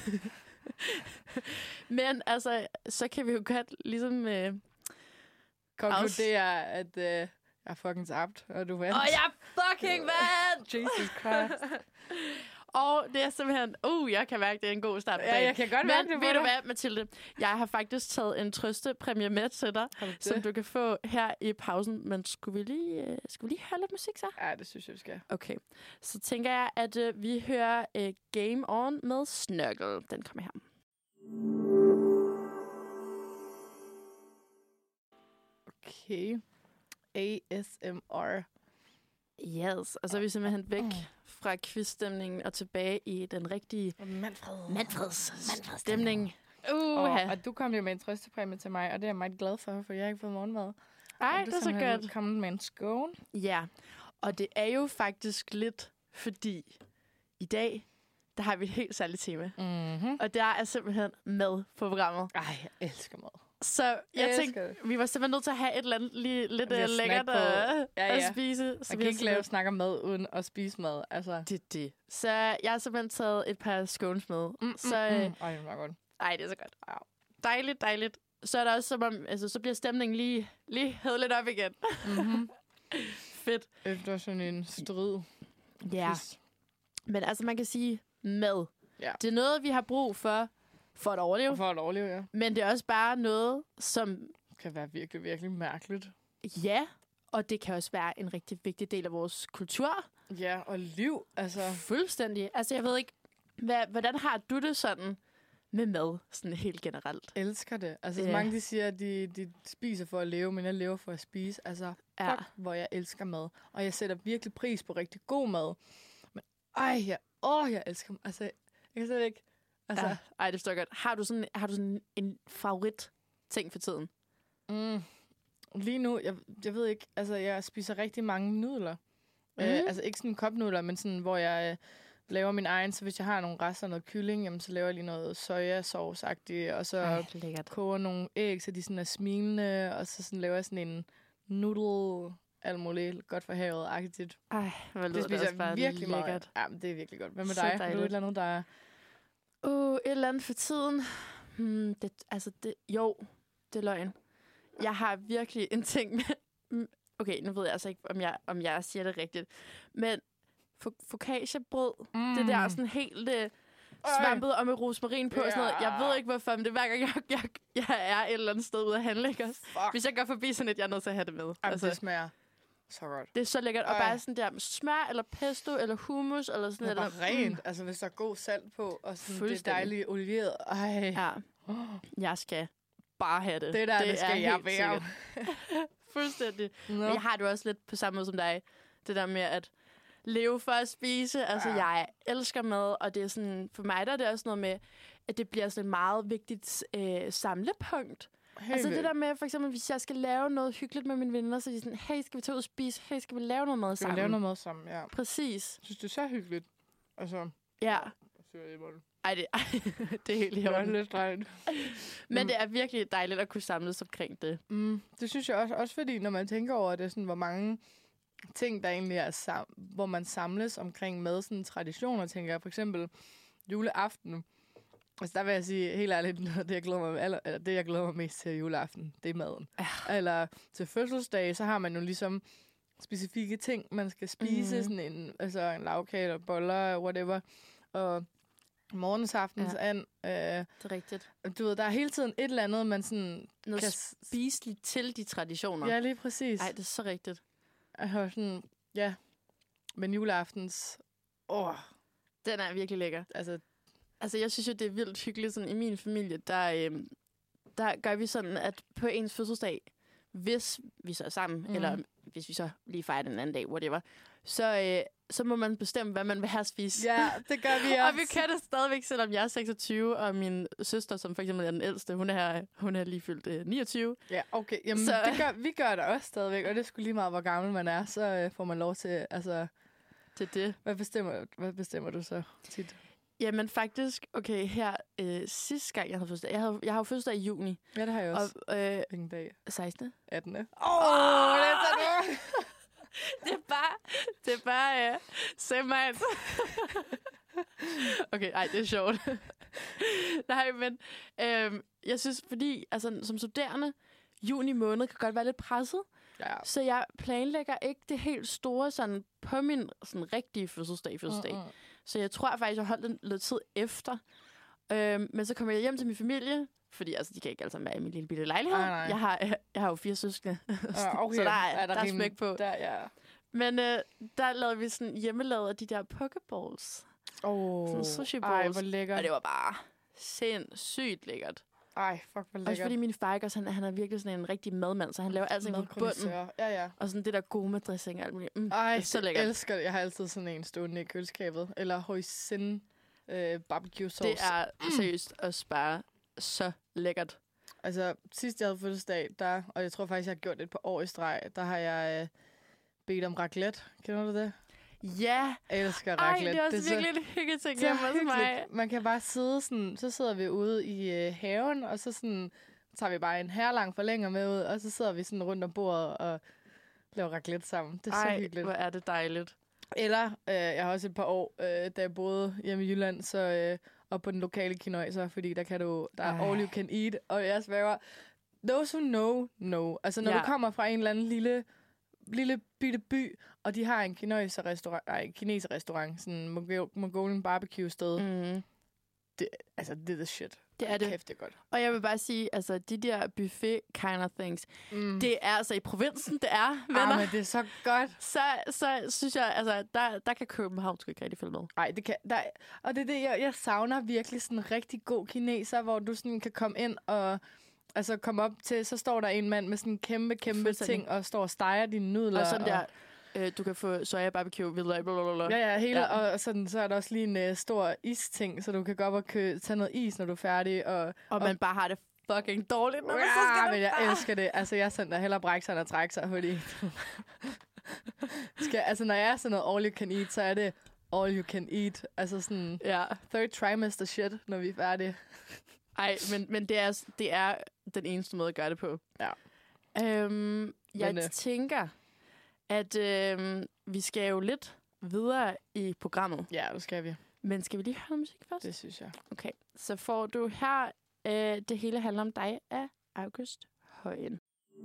Men altså, så kan vi jo godt ligesom... Øh, konkludere, at øh, jeg er fucking tabt, og du vandt. Og jeg fucking vandt! Jesus Christ. Og det er simpelthen... Uh, jeg kan mærke, det er en god start på Ja, dagen. jeg kan godt Men mærke det på ved du dig. hvad, Mathilde? Jeg har faktisk taget en trøstepræmie med til dig, du som du kan få her i pausen. Men skulle vi lige, uh, skulle vi lige høre lidt musik så? Ja, det synes jeg, vi skal. Okay. Så tænker jeg, at uh, vi hører uh, Game On med Snuggle. Den kommer her. Okay. A S M R. Yes, og så er vi simpelthen væk fra quizstemningen og tilbage i den rigtige Manfred. Manfreds stemning. Uh, Uh-huh. og du kom jo med en trøstepræmie til mig, og det er jeg meget glad for, for jeg har ikke fået morgenmad. Ej, det er så godt. Du kommet med en scone. Ja, og det er jo faktisk lidt, fordi i dag, der har vi et helt særligt tema. Mm-hmm. Og der er simpelthen mad på programmet. Ej, jeg elsker mad. Så jeg, jeg tænkte, vi var simpelthen nødt til at have et eller andet lige, lidt uh, lækkert at, ja, ja. at spise. Så jeg kan ikke lave at snakke om mad uden at spise mad. Altså. Det er det. Så jeg har simpelthen taget et par scones med. Mm, så, mm, mm. Ej, det var godt. Ej, det er så godt. Ja. Dejligt, dejligt. Så er der også som om, altså, så bliver stemningen lige, lige hævet lidt op igen. Mm-hmm. Fedt. Efter sådan en strid. Ja. Pis. Men altså, man kan sige mad. Ja. Det er noget, vi har brug for, for at overleve. For at overleve, ja. Men det er også bare noget, som... kan være virkelig, virkelig mærkeligt. Ja, og det kan også være en rigtig vigtig del af vores kultur. Ja, og liv, altså... Fuldstændig. Altså, jeg ved ikke, hvad, hvordan har du det sådan med mad, sådan helt generelt? Jeg elsker det. Altså, Ja. mange de siger, at de, de spiser for at leve, men jeg lever for at spise. Altså, fuck, Ja. hvor jeg elsker mad. Og jeg sætter virkelig pris på rigtig god mad. Men ej, jeg, åh, jeg elsker... Altså, jeg kan slet ikke... Altså, Ja. Ej, det står godt. Har du sådan, har du sådan en favorit ting for tiden? mm, lige nu, jeg, jeg ved ikke... Altså, jeg spiser rigtig mange nudler. Mm. Øh, altså, ikke sådan kopnudler, men sådan, hvor jeg... Øh, laver min egen, så hvis jeg har nogle rester af noget kylling, jamen, så laver jeg lige noget sojasauce-agtigt, og så Ej, lækkert. koger nogle æg, så de sådan er smilende, og så sådan laver jeg sådan en noodle, alt muligt, godt for havet-agtigt. Ej, hvor lyder Det spiser også bare jeg virkelig lækkert. meget. Ja, men det er virkelig godt. Hvad med Så dig? Har du dejligt. et eller andet, der er... Uh, et eller andet for tiden. Hmm, det, altså, det, jo, det er løgn. Jeg har virkelig en ting med... Okay, nu ved jeg altså ikke, om jeg, om jeg siger det rigtigt. Men focaccia-brød, mm. det der sådan helt øh, svampet og med rosmarin på ja. og sådan noget. Jeg ved ikke, hvorfor, men det er hver gang, jeg, jeg, jeg er et eller andet sted ude at handle, ikke også? Hvis jeg går forbi sådan et, jeg er nødt til at have det med. Jamen, altså, det smager så godt. det er så lækkert. Og Ej. bare sådan der med smør, eller pesto, eller hummus, eller sådan Det er noget. bare rent. Mm. Altså, hvis der er god salt på, og sådan det dejlige oliveret. Ej. Ja, jeg skal bare have det. Det der, det, det skal jeg helt være. Fuldstændig. No. Men jeg har det også lidt på samme måde som dig. Det der med at leve for at spise. Altså, ja. jeg elsker mad, og det er sådan, for mig der er det også noget med, at det bliver sådan et meget vigtigt øh, samlepunkt. Helt altså det der med, for eksempel, hvis jeg skal lave noget hyggeligt med mine venner, så er de sådan, hey, skal vi tage ud og spise? Hey, skal vi lave noget mad skal sammen? Skal vi lave noget mad sammen, ja. Præcis. Synes du, det er så hyggeligt? Altså, ja. Ej, det, ej, det er helt i orden. orden. Det er lidt dejligt. Men det er virkelig dejligt at kunne samles omkring det. Mm, det synes jeg også, også fordi, når man tænker over det, sådan, hvor mange ting, der egentlig er, sam- hvor man samles omkring mad, sådan traditioner, tænker jeg. For eksempel juleaften. Altså, der vil jeg sige helt ærligt, det jeg glæder mig, eller, eller det, jeg glæder mig mest til juleaften, det er maden. Ja. Eller til fødselsdag, så har man jo ligesom specifikke ting, man skal spise. Mm. Sådan en, altså en lavkage eller boller, whatever. Og morgensaftens ja. and. Øh, det er rigtigt. Du ved, der er hele tiden et eller andet, man sådan... Noget kan spiseligt til de traditioner. Ja, lige præcis. Nej, det er så rigtigt. Jeg har sådan, ja, men juleaftens, åh. Den er virkelig lækker. Altså, altså jeg synes jo, det er vildt hyggeligt. Sådan, i min familie, der, øhm, der gør vi sådan, at på ens fødselsdag, hvis vi så er sammen, mm. eller hvis vi så lige fejrer den anden dag, whatever, så, øh, så må man bestemme, hvad man vil have spise. Ja, det gør vi også. Og vi kan det stadigvæk, selvom jeg er seksogtyve, og min søster, som for eksempel er den ældste, hun er, hun er lige fyldt øh, niogtyve. Ja, okay. Jamen, så, det gør, vi gør det også stadigvæk, og det er sgu lige meget, hvor gammel man er, så øh, får man lov til, altså... Til det. Hvad bestemmer, hvad bestemmer du så tit? Jamen faktisk, okay, her øh, sidste gang, jeg havde fødselsdag, jeg, havde, jeg har jo fødselsdag i juni. Ja, det har jeg også. Og, øh, hvilken dag? sekstende attende Åh, oh, det er det. Det er bare, det er bare, uh, semi. Okay, ej, det er sjovt. Nej, men øhm, jeg synes, fordi altså, som studerende, juni måned kan godt være lidt presset. Ja. Så jeg planlægger ikke det helt store sådan, på min sådan, rigtige fødselsdag. fødselsdag. Mm-hmm. Så jeg tror faktisk, jeg holdt den lidt tid efter. Øhm, men så kommer jeg hjem til min familie, fordi altså, de kan ikke alle sammen være i min lille bitte lejlighed. Nej, nej. Jeg, har, jeg, jeg har jo fire søskende, Uh, okay. så der er, er der, der er smæk på. Der, ja. Men øh, der lavede vi sådan hjemmelavet af de der pokeballs. Oh. Sådan sushi balls. Ej, hvor lækkert. Og det var bare sindssygt lækkert. Ej, fuck, hvor lækkert. Også fordi min far ikke også, han, han er virkelig sådan en rigtig madmand, så han laver altid på bunden. Ja, ja. Og sådan det der gode med dressing og alt muligt. Mm, Ej, det er så lækkert. Jeg elsker det. Jeg har altid sådan en stående i køleskabet. Eller hoisin øh, barbecue sauce. Det er seriøst også bare så lækkert. Altså, sidst jeg havde fødselsdag, der, og jeg tror faktisk, jeg har gjort det et par år i streg, der har jeg øh, bedt om raclette. Kender du det? Ja. Jeg elsker Ej, raclette. det er også det er virkelig en hyggeting hjemme hos mig. Man kan bare sidde sådan, så sidder vi ude i øh, haven, og så sådan, tager vi bare en herlang forlænger med ud, og så sidder vi sådan rundt om bordet og laver raclette sammen. Det er Ej, så hyggeligt. hvor er det dejligt. Eller, øh, jeg har også et par år, øh, da jeg boede hjemme i Jylland, så øh, op på den lokale kinøjser, fordi der kan du, der er all you can eat, og jeg sværger, those who know, know. Altså, når ja. du kommer fra en eller anden lille, lille bitte by, og de har en kineser-restaurant, nej, kineser-restaurant, sådan en Mongolian barbecue-sted. Mm. Det, altså, det er the shit. Det er det. Kæft, det er godt. Og jeg vil bare sige, altså, de der buffet kind of things, mm. det er altså i provinsen, det er, venner. Ah, men det er så godt. Så, så synes jeg, altså, der, der kan København sgu ikke rigtig følge med. Nej, det kan, der, og det er det, jeg, jeg savner virkelig sådan en rigtig god kineser, hvor du sådan kan komme ind og altså komme op til, så står der en mand med sådan en kæmpe, kæmpe ting, og står og steger dine nudler. Og sådan og der, øh, du kan få soja barbecue, videre, blablabla. Ja, ja, hele, ja. Og sådan, så er der også lige en uh, stor is-ting, så du kan gå op og kø- tage noget is, når du er færdig. Og, og, og man bare har det fucking dårligt, når ja, man så skal men jeg bare. elsker det. Altså, jeg sender hellere brække sig, end at trække sig, fordi skal, altså, når jeg er sådan noget all you can eat, så er det all you can eat. Altså sådan ja. third trimester shit, når vi er færdige. Ej, men, men det, er, det er den eneste måde at gøre det på. Ja. Øhm, jeg men, øh. tænker, at øhm, vi skal jo lidt videre i programmet. Ja, det skal vi. Men skal vi lige høre musik først? Det synes jeg. Okay, så får du her, øh, det hele handler om dig af August Højen.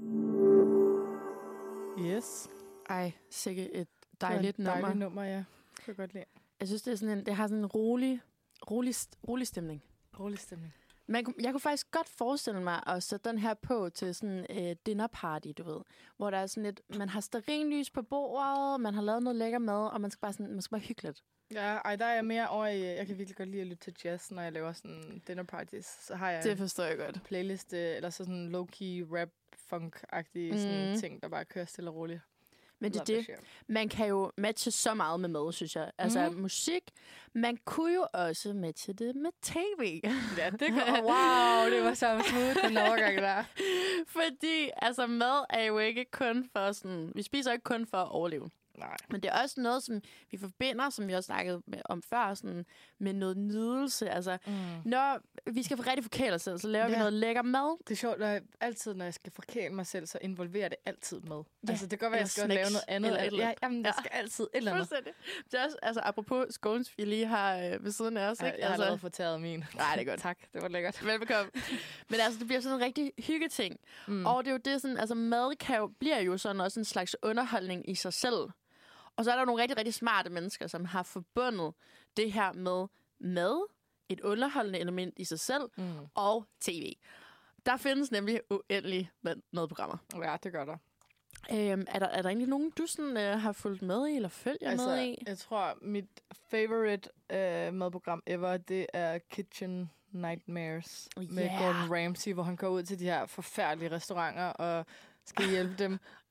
Yes. Ej, sikkert et dejligt nummer. Dejligt nummer, ja. Det kan jeg godt lide. Jeg synes, det, er sådan en, det har sådan en rolig, rolig, rolig stemning. Rolig stemning. Man, jeg kunne faktisk godt forestille mig at sætte den her på til sådan et uh, dinner party, du ved. Hvor der er sådan et, man har stearinlys på bordet, man har lavet noget lækker mad, og man skal bare, sådan, man skal bare hygge lidt. Ja, ej, der er jeg mere over i, jeg kan virkelig godt lide at lytte til jazz, når jeg laver sådan dinner parties. Så har jeg det forstår jeg godt. En playlist, eller så sådan low-key rap funk-agtige mm. sådan ting, der bare kører stille og roligt. Men det er det. Man kan jo matche så meget med mad, synes jeg. Altså mm. musik. Man kunne jo også matche det med tv. Ja, det kan. Oh, wow, det var så smooth, den overgang der. Fordi altså mad er jo ikke kun for sådan... Vi spiser ikke kun for at overleve. Nej. Men det er også noget, som vi forbinder, som vi også snakket med, om før, sådan, med noget nydelse. Altså, mm. når vi skal få rigtig forkæle os selv, så laver ja. vi noget lækker mad. Det er sjovt, når jeg, altid, når jeg skal forkæle mig selv, så involverer det altid med. Ja. Altså, det kan godt være, at jeg skal lave noget andet. Eller eller ja, jamen, det skal ja. altid et eller andet. Det er også, altså, apropos scones, vi lige har øh, ved siden af os. Ja, ikke? jeg har altså, allerede fortæret min. Nej, det er godt. Tak, det var lækkert. Velbekomme. Men altså, det bliver sådan en rigtig hyggeting. Mm. Og det er jo det, sådan, altså, mad kan jo, bliver jo sådan også en slags underholdning i sig selv. Og så er der nogle rigtig, rigtig smarte mennesker, som har forbundet det her med mad, et underholdende element i sig selv, mm. og tv. Der findes nemlig uendelige madprogrammer. Ja, det gør der. Øhm, er der. Er der egentlig nogen, du sådan, øh, har fulgt med i, eller følger altså, med i? Jeg tror, mit favorite øh, madprogram ever, det er Kitchen Nightmares yeah. med Gordon Ramsay, hvor han går ud til de her forfærdelige restauranter og skal hjælpe dem. Og jeg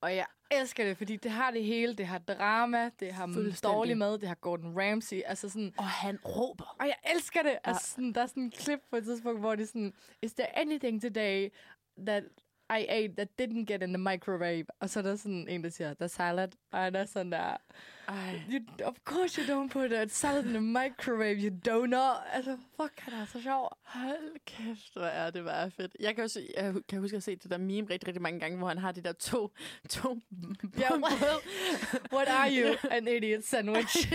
elsker det, fordi det har det hele. Det har drama, det har dårlig mad, det har Gordon Ramsay. Altså sådan, og han råber. Og jeg elsker det. Ja. Altså sådan, der er sådan en klip på et tidspunkt, hvor det er sådan, is there anything today that I ate that didn't get in the microwave? Og så er der sådan en, der siger, the salad. Og der er sådan der, you, of course you don't put a salad in the microwave, you donut. Altså, fuck, han er så sjov. Hold kæft, hvor er det bare fedt. Jeg kan, også, jeg kan huske at se det der meme rigtig, rigtig mange gange, hvor han har de der to... to yeah, what, what are you? An idiot sandwich.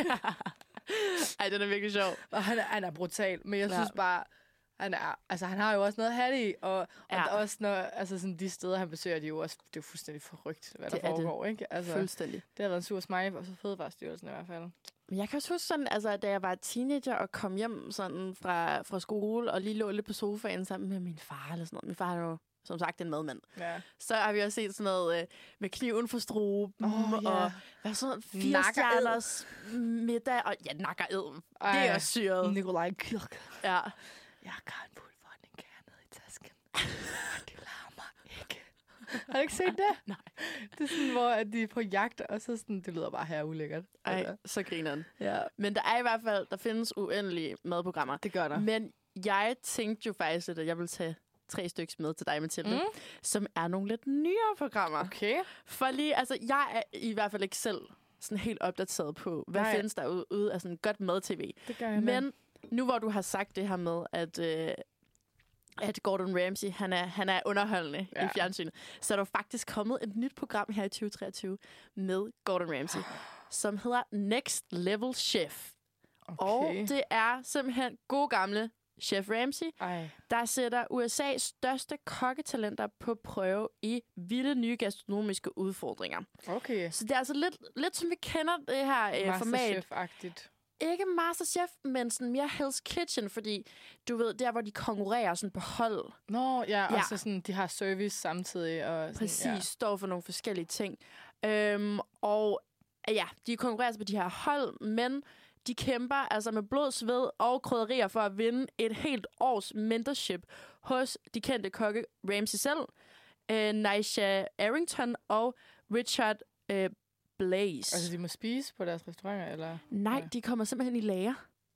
Ej, den er virkelig sjov. Og han er, han er brutal, men jeg ja. synes bare... Han, er, altså, han har jo også noget hat i, og, ja. og også når, altså, sådan, de steder, han besøger, de er jo også, det er jo fuldstændig forrygt, hvad det der foregår, ikke? Altså, fuldstændig. Det har været en sur smiley, og så Fødevarestyrelsen i hvert fald. Men jeg kan også huske sådan, altså, da jeg var teenager og kom hjem sådan fra, fra skole, og lige lå lidt på sofaen sammen med min far, eller sådan noget. Min far er jo, som sagt, en madmand. Ja. Så har vi også set sådan noget øh, med kniven for struben, oh, yeah. og hvad sådan noget, fire stjerners middag, og ja, nakkered. Det er også syret. Nikolaj Kirk. Ja. Jeg har en pulverordning kærnet i tasken. Det lader mig ikke. Har du ikke set det? Nej. Det er sådan, hvor at de er på jagt, og så sådan, det lyder bare her ulækkert. Ej, altså. Så griner den. Ja. Men der er i hvert fald, der findes uendelige madprogrammer. Det gør der. Men jeg tænkte jo faktisk, at jeg ville tage tre stykker med til dig, Mathilde, mm. som er nogle lidt nyere programmer. Okay. For lige, altså, jeg er i hvert fald ikke selv sådan helt opdateret på, hvad Nej. findes der ude af sådan godt mad-tv. Det gør jeg. Men nu hvor du har sagt det her med, at, øh, at Gordon Ramsay, han er, han er underholdende ja. i fjernsynet, så er der faktisk kommet et nyt program her i tyve treogtyve med Gordon Ramsay, som hedder Next Level Chef. Okay. Og det er simpelthen gode gamle Chef Ramsay, Ej. der sætter U S A's største kokketalenter på prøve i vilde nye gastronomiske udfordringer. Okay. Så det er altså lidt, lidt som vi kender det her øh, format. Masterchef-agtigt. Ikke Masterchef, men sådan mere Hell's Kitchen, fordi du ved, der hvor de konkurrerer sådan på hold. Nå, ja, ja. Og så sådan, de har service samtidig. Og sådan, Præcis, ja. står for nogle forskellige ting. Øhm, og ja, de konkurrerer på de her hold, men de kæmper altså med blod, sved og krydderier for at vinde et helt års mentorship hos de kendte kokke Ramsay selv, øh, Naisha Arrington og Richard øh, Blaze. Altså, de må spise på deres restauranter, eller? Nej, ja. de kommer simpelthen i lager.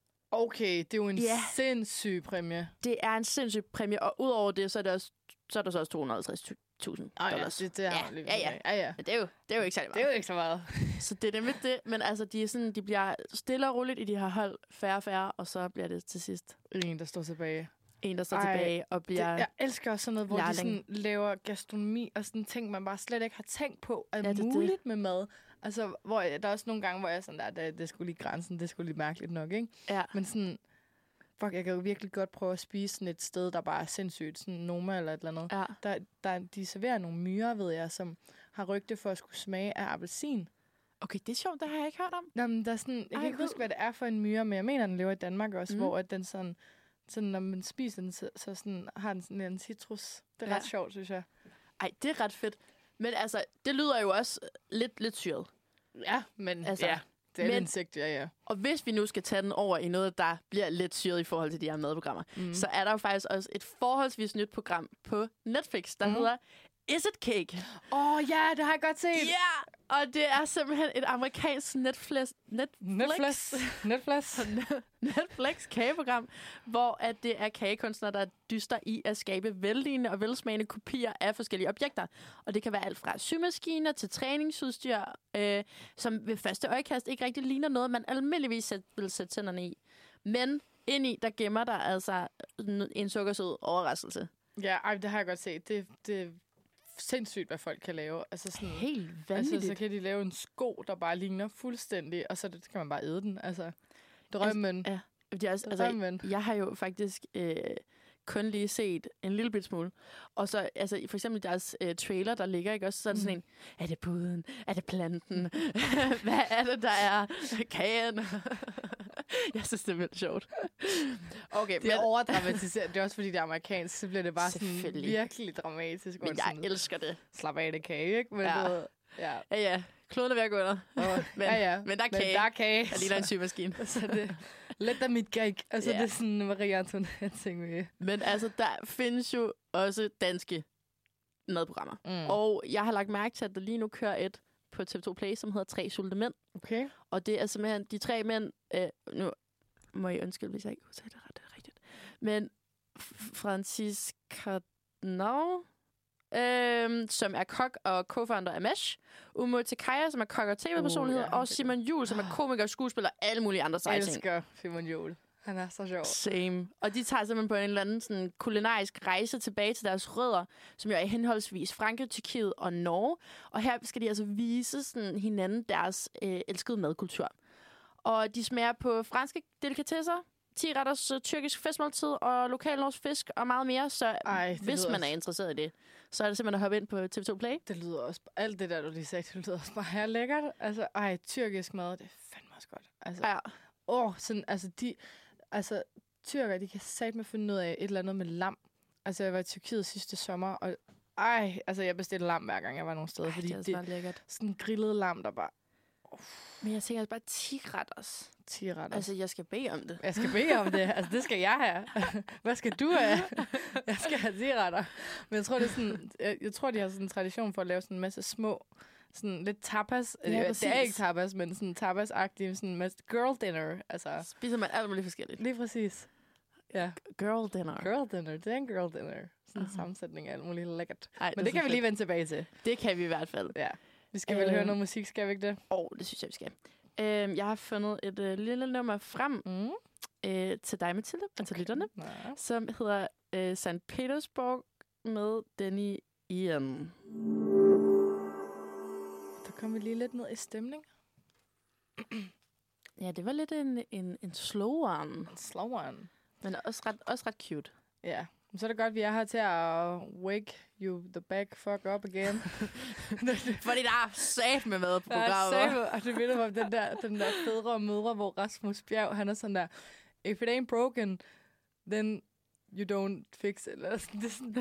Okay, det er jo en yeah. sindssyg præmie. Det er en sindssyg præmie, og udover det, så er der, også, så er der så også to hundrede og halvtreds tusind dollars. Ja, det, det er ja, ja, ja. ja, ja. Men det er, jo, det er jo ikke særlig meget. Det er jo ikke så meget. Så det er nemlig det, men altså, de, er sådan, de bliver stille og roligt i de her hold, færre og færre, og så bliver det til sidst en, der står tilbage. En, der står Ej, tilbage og bliver... Det, jeg elsker også sådan noget, hvor lærling. de sådan laver gastronomi og sådan ting, man bare slet ikke har tænkt på, er ja, det, muligt det. med mad. Altså, hvor jeg, der er også nogle gange, hvor jeg er sådan der, det, det skulle lige grænsen, det skulle lige mærkeligt nok, ikke? Ja. Men sådan, fuck, jeg kan jo virkelig godt prøve at spise sådan et sted, der bare er sindssygt, sådan Noma eller et eller andet. Ja. Der, der, de serverer nogle myrer, ved jeg, som har rygte for at skulle smage af appelsin. Okay, det er sjovt, det har jeg ikke hørt om. Nå, men der er sådan, jeg Ej, kan ikke huske, hvad det er for en myre, men jeg mener, den lever i Danmark også, mm. hvor at den sådan, sådan, når man spiser den, så, så sådan, har den sådan en citrus. Det er ja. ret sjovt, synes jeg. Ej, det er ret fedt. Men altså, det lyder jo også lidt, lidt syret. Ja, men altså, ja, det er men, et insekt, ja, ja. Og hvis vi nu skal tage den over i noget, der bliver lidt syret i forhold til de her madprogrammer, mm. så er der jo faktisk også et forholdsvis nyt program på Netflix, der mm. hedder Is It Cake? Åh, oh, ja, det har jeg godt set. Ja, yeah! Og det er simpelthen et amerikansk Netflix... Netflix? Netflix? Netflix kageprogram, hvor at det er kagekunstnere, der dyster i at skabe vellignende og velsmagende kopier af forskellige objekter. Og det kan være alt fra symaskiner til træningsudstyr, øh, som ved første øjekast ikke rigtig ligner noget, man almindeligvis vil sætte tænderne i. Men indeni, der gemmer der altså en sukkersød overraskelse. Ja, ej, det har jeg godt set. Det, det sindssygt, hvad folk kan lave. Altså sådan, helt vanvittigt. Altså, så kan de lave en sko, der bare ligner fuldstændig, og så det, kan man bare æde den. Altså, drømmen. Altså, ja, det er også, altså, jeg har jo faktisk øh, kun lige set en lille bit smule. Og så, altså, for eksempel deres øh, trailer, der ligger, ikke også? Så er det sådan en, er det puden? Er det planten? Hvad er det, der er kagen? Jeg synes, det er vildt sjovt. Okay, det er men... overdramatiseret. Det er også fordi, det er amerikansk, så bliver det bare sådan virkelig dramatisk. Men jeg sådan, elsker det. Slap af, det kage, ikke? Men ja. Det, ja. ja, ja. Kloden er ved at gå under. Oh, men, ja, ja. men der er men kage. Der er kage. Der ligner en symaskine. Så det let af mit cake. Altså, ja. Det er sådan Marie Antoinette ting med. Men altså, der findes jo også danske madprogrammer. Mm. Og jeg har lagt mærke til, at der lige nu kører et, på T V to Play, som hedder Tre Sulte Mænd. Okay. Og det er simpelthen de tre mænd... Øh, nu må I undskylde, hvis jeg ikke udtaler det ret, det er rigtigt. Men Francis Cardinal, øh, som er kok og co-founder af Mesh. Umo Tekaya, som er kok og tv-personlighed. Uh, ja, og Simon Juhl, som er komiker, skuespiller og alle mulige andre seje ting. Jeg elsker Simon Juhl. Han er så sjov. Same. Og de tager simpelthen på en eller anden sådan, kulinarisk rejse tilbage til deres rødder, som jo er henholdsvis Frankrig, Tyrkiet og Norge. Og her skal de altså vise sådan, hinanden deres øh, elskede madkultur. Og de smager på franske delikatesser, ti retters uh, tyrkisk festmåltid og lokal norsk fisk og meget mere. Så Ej, hvis man er interesseret i det, så er det simpelthen at hoppe ind på T V to Play. Det lyder også... Alt det der, du lige sagde, det lyder også bare her lækkert. Altså, ej, tyrkisk mad, det er fandme også godt. Altså, ja. Åh, sådan, altså, de... Altså, tyrker, de kan satme finde ud af et eller andet med lam. Altså, jeg var i Tyrkiet sidste sommer, og ej, altså, jeg bestilte lam hver gang, jeg var nogle steder. Ej, fordi det er det, lækkert. Sådan grillet lam, der bare... Uff. Men jeg tænker altså bare ti retters. ti retters. Altså, jeg skal bede om det. Jeg skal bede om det. Altså, det skal jeg have. Hvad skal du have? Jeg skal have ti retter. Men jeg tror, det er sådan... Jeg, jeg tror, de har sådan en tradition for at lave sådan en masse små... Sådan lidt tapas. Ja, det er ikke tapas, men sådan tapas-agtige. Sådan en masse girl dinner. Altså, spiser man alt muligt forskelligt. Lige præcis. Ja. Girl dinner. Girl dinner. Det er en girl dinner. Sådan en uh-huh. sammensætning af alt muligt lækkert. Ej, men det, det kan vi lige vende tilbage til. Det kan vi i hvert fald. Ja. Vi skal øh, vel høre noget musik, skal vi ikke det? Åh, oh, det synes jeg, vi skal. Øh, jeg har fundet et øh, lille nummer frem mm. øh, til dig, Mathilde, okay. og til lytterne, ja. som hedder øh, Sankt Petersborg med Danny Ian. Der kom vi lige lidt ned i stemning. Ja, det var lidt en, en, en slow one. En slow one. Men også ret, også ret cute. Ja. Så er det godt, at vi er her til at wake you the back fuck up again. Fordi der er sat med mad på programmet. Og det minder mig om den der, den der fædre og mødre, hvor Rasmus Bjerg, han er sådan der, if it ain't broken, then you don't fix it. Eller sådan, det er sådan...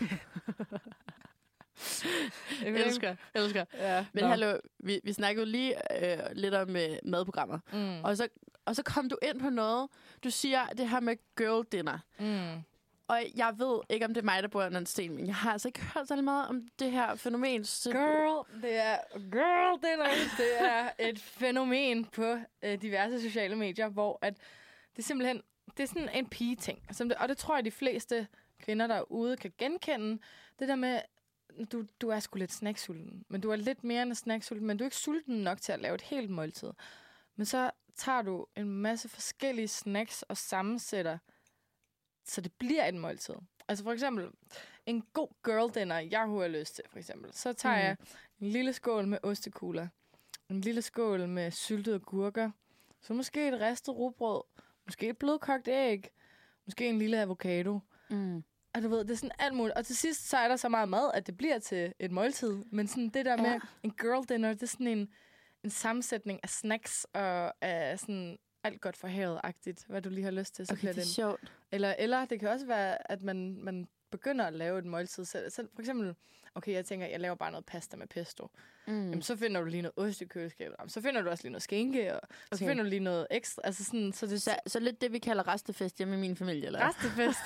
Jeg elsker, jeg elsker. Ja, Men no. hallo, vi, vi snakkede lige øh, lidt om øh, madprogrammer. Mm. Og, så, og så kom du ind på noget. Du siger det her med girl dinner. Mm. Og jeg ved ikke, om det er mig, der bor under en sten, men jeg har altså ikke hørt så meget om det her fænomen. Så... Girl, det er girl dinner. Det er et fænomen på øh, diverse sociale medier, hvor at det er simpelthen det er sådan en pige-ting. Som det, og det tror jeg, de fleste kvinder derude kan genkende. Det der med, du, du er sgu lidt snacksulten, men du er lidt mere end snacksulten, men du er ikke sulten nok til at lave et helt måltid. Men så tager du en masse forskellige snacks og sammensætter, så det bliver et måltid. Altså for eksempel, en god girl dinner, jeg har lyst til, for eksempel. Så tager mm. jeg en lille skål med ostekugler, en lille skål med syltede gurker, så måske et ristet rugbrød, måske et blødkogt æg, måske en lille avocado. Mm. Og du ved, det er sådan alt muligt. Og til sidst, så er der så meget mad, at det bliver til et måltid. Men sådan det der ja. med en girl dinner, det er sådan en, en sammensætning af snacks og af sådan alt godt for havet-agtigt, hvad du lige har lyst til. Så okay, det er den. sjovt. Eller, eller det kan også være, at man, man begynder at lave et måltid selv. selv. For eksempel, okay, jeg tænker, jeg laver bare noget pasta med pesto. Mm. Jamen, så finder du lige noget ost i køleskabet. Så finder du også lige noget skinke, og okay. så finder du lige noget ekstra. Altså sådan, så, det, så, så lidt det, vi kalder restefest hjemme i min familie, eller? Restefest?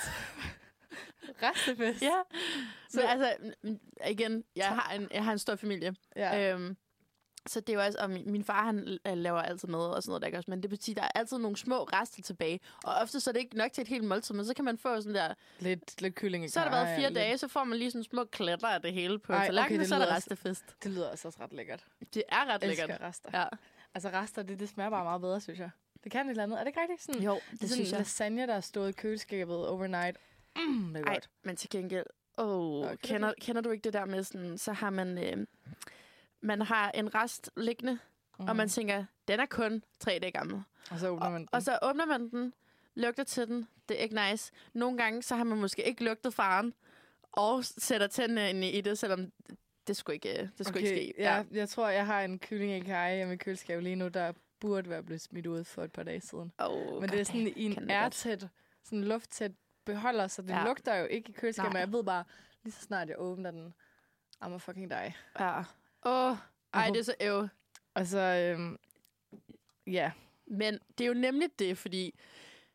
Restefest? Ja. Så men altså, igen, jeg har en, jeg har en stor familie. Ja. Øhm, så det er jo også, og min, min far, han laver altid mad og sådan noget, der ikke også, men det betyder, der er altid nogle små rester tilbage. Og ofte så er det ikke nok til et helt måltid, men så kan man få sådan der... Lidt, lidt kylling i Så har der været fire ja, dage, lidt. Så får man lige sådan små klatter af det hele på tallerkenen, okay, så er der restefest. Også, det lyder også, også ret lækkert. Det er ret lækkert. Jeg elsker rester. Ja. Altså rester, det, det smager bare meget bedre, synes jeg. Det kan et eller andet. Er det ikke rigtigt? Sådan, jo, det, det er synes sådan jeg. Lasagne, der er stået i køleskabet overnight. Mm, det er Ej, godt. men til gengæld... Oh, okay, kender, kender du ikke det der med sådan... Så har man... Øh, man har en rest liggende, mm. og man tænker, den er kun tre dage gammel. Og så åbner man den. Og, og så åbner man den, lugter til den. Det er ikke nice. Nogle gange, så har man måske ikke lugtet faren, og sætter tændene ind i det, selvom det skulle ikke, det skulle okay, ikke ske. Ja, ja, jeg tror, jeg har en kylling i kaj hjemme i køleskabet lige nu, der burde være blevet smidt ud for et par dage siden. Oh, men det er sådan i en airtæt, sådan lufttæt beholder, så den ja. lugter jo ikke i køleskabet, men jeg ved bare, lige så snart jeg åbner den, I'm a fucking die. Ja. Åh, oh, ej, det er så æv. Altså, øhm, ja. Men det er jo nemlig det, fordi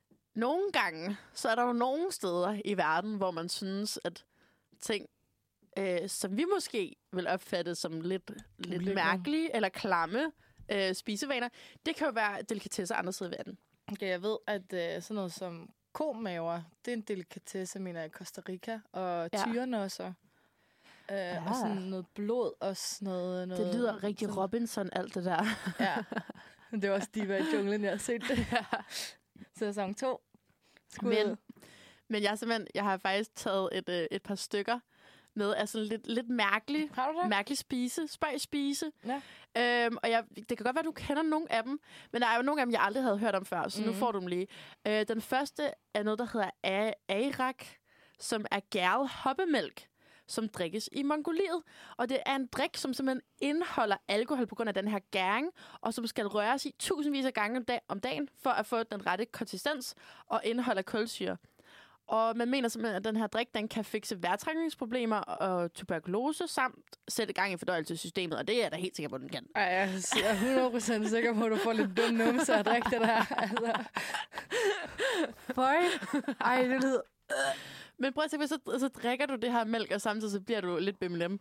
nogle gange, så er der jo nogle steder i verden, hvor man synes, at ting øh, som vi måske vil opfatte som lidt, lidt Ulækre. mærkelige eller klamme øh, spisevaner, det kan jo være delikatesser andre steder i verden. Okay, jeg ved, at øh, sådan noget som komaver, det er en delikatesse, mener jeg, i Costa Rica. Og Ja. tyrenosser. Øh, Ja. Og sådan noget blod og sådan noget. noget Det lyder rigtig sådan, Robinson, alt det der. Ja. Det var også Diva i junglen, jeg har set det. Sæson to. Skud. Men, men jeg, er simpelthen, jeg har faktisk taget et, øh, et par stykker med af sådan lidt, lidt mærkelig, Har du det? mærkelig spise, spøj spise. Ja. Øhm, og jeg, det kan godt være, at du kender nogle af dem, men der er jo nogle af dem, jeg aldrig havde hørt om før, så mm. nu Mhm. får du dem lige. Øh, den første er noget, der hedder A- Arak, som er gæret hoppemælk, som drikkes i Mongoliet. Og det er en drik, som simpelthen indeholder alkohol på grund af den her gæring, og som skal røres i tusindvis af gange om, dag- om dagen, for at få den rette konsistens og indeholder kulsyre. Og man mener simpelthen, at den her drik, den kan fikse vejrtrækningsproblemer og tuberkulose, samt sætte gang i fordøjelsessystemet, og det er jeg da helt sikker på, at den kan. Ej, jeg er hundrede procent sikker på, at du får lidt dum numse at drikke det der. Altså. Føj. Ej, det lyder... Men prøv at se, så, så drikker du det her mælk, og samtidig så bliver du lidt bimmelem.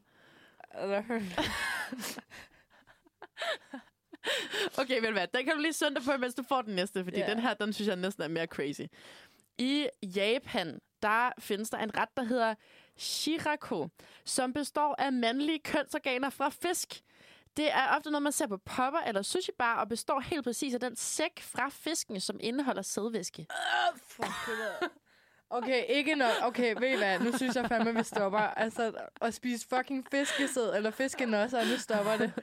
Okay, ved du hvad? Den kan du lige søndag på, mens du får den næste, fordi Ja. den her, den synes jeg næsten er mere crazy. I Japan, der findes der en ret, der hedder shirako, som består af mandlige kønsorganer fra fisk. Det er ofte noget, man ser på popper eller sushibar, og består helt præcis af den sæk fra fisken, som indeholder sædvæske. Uh, fuck det. Okay, ikke nok. Okay, ved I hvad? Nu synes jeg fandme, vi stopper. Altså, at spise fucking fiskesæd eller fiskenosser, og nu stopper det.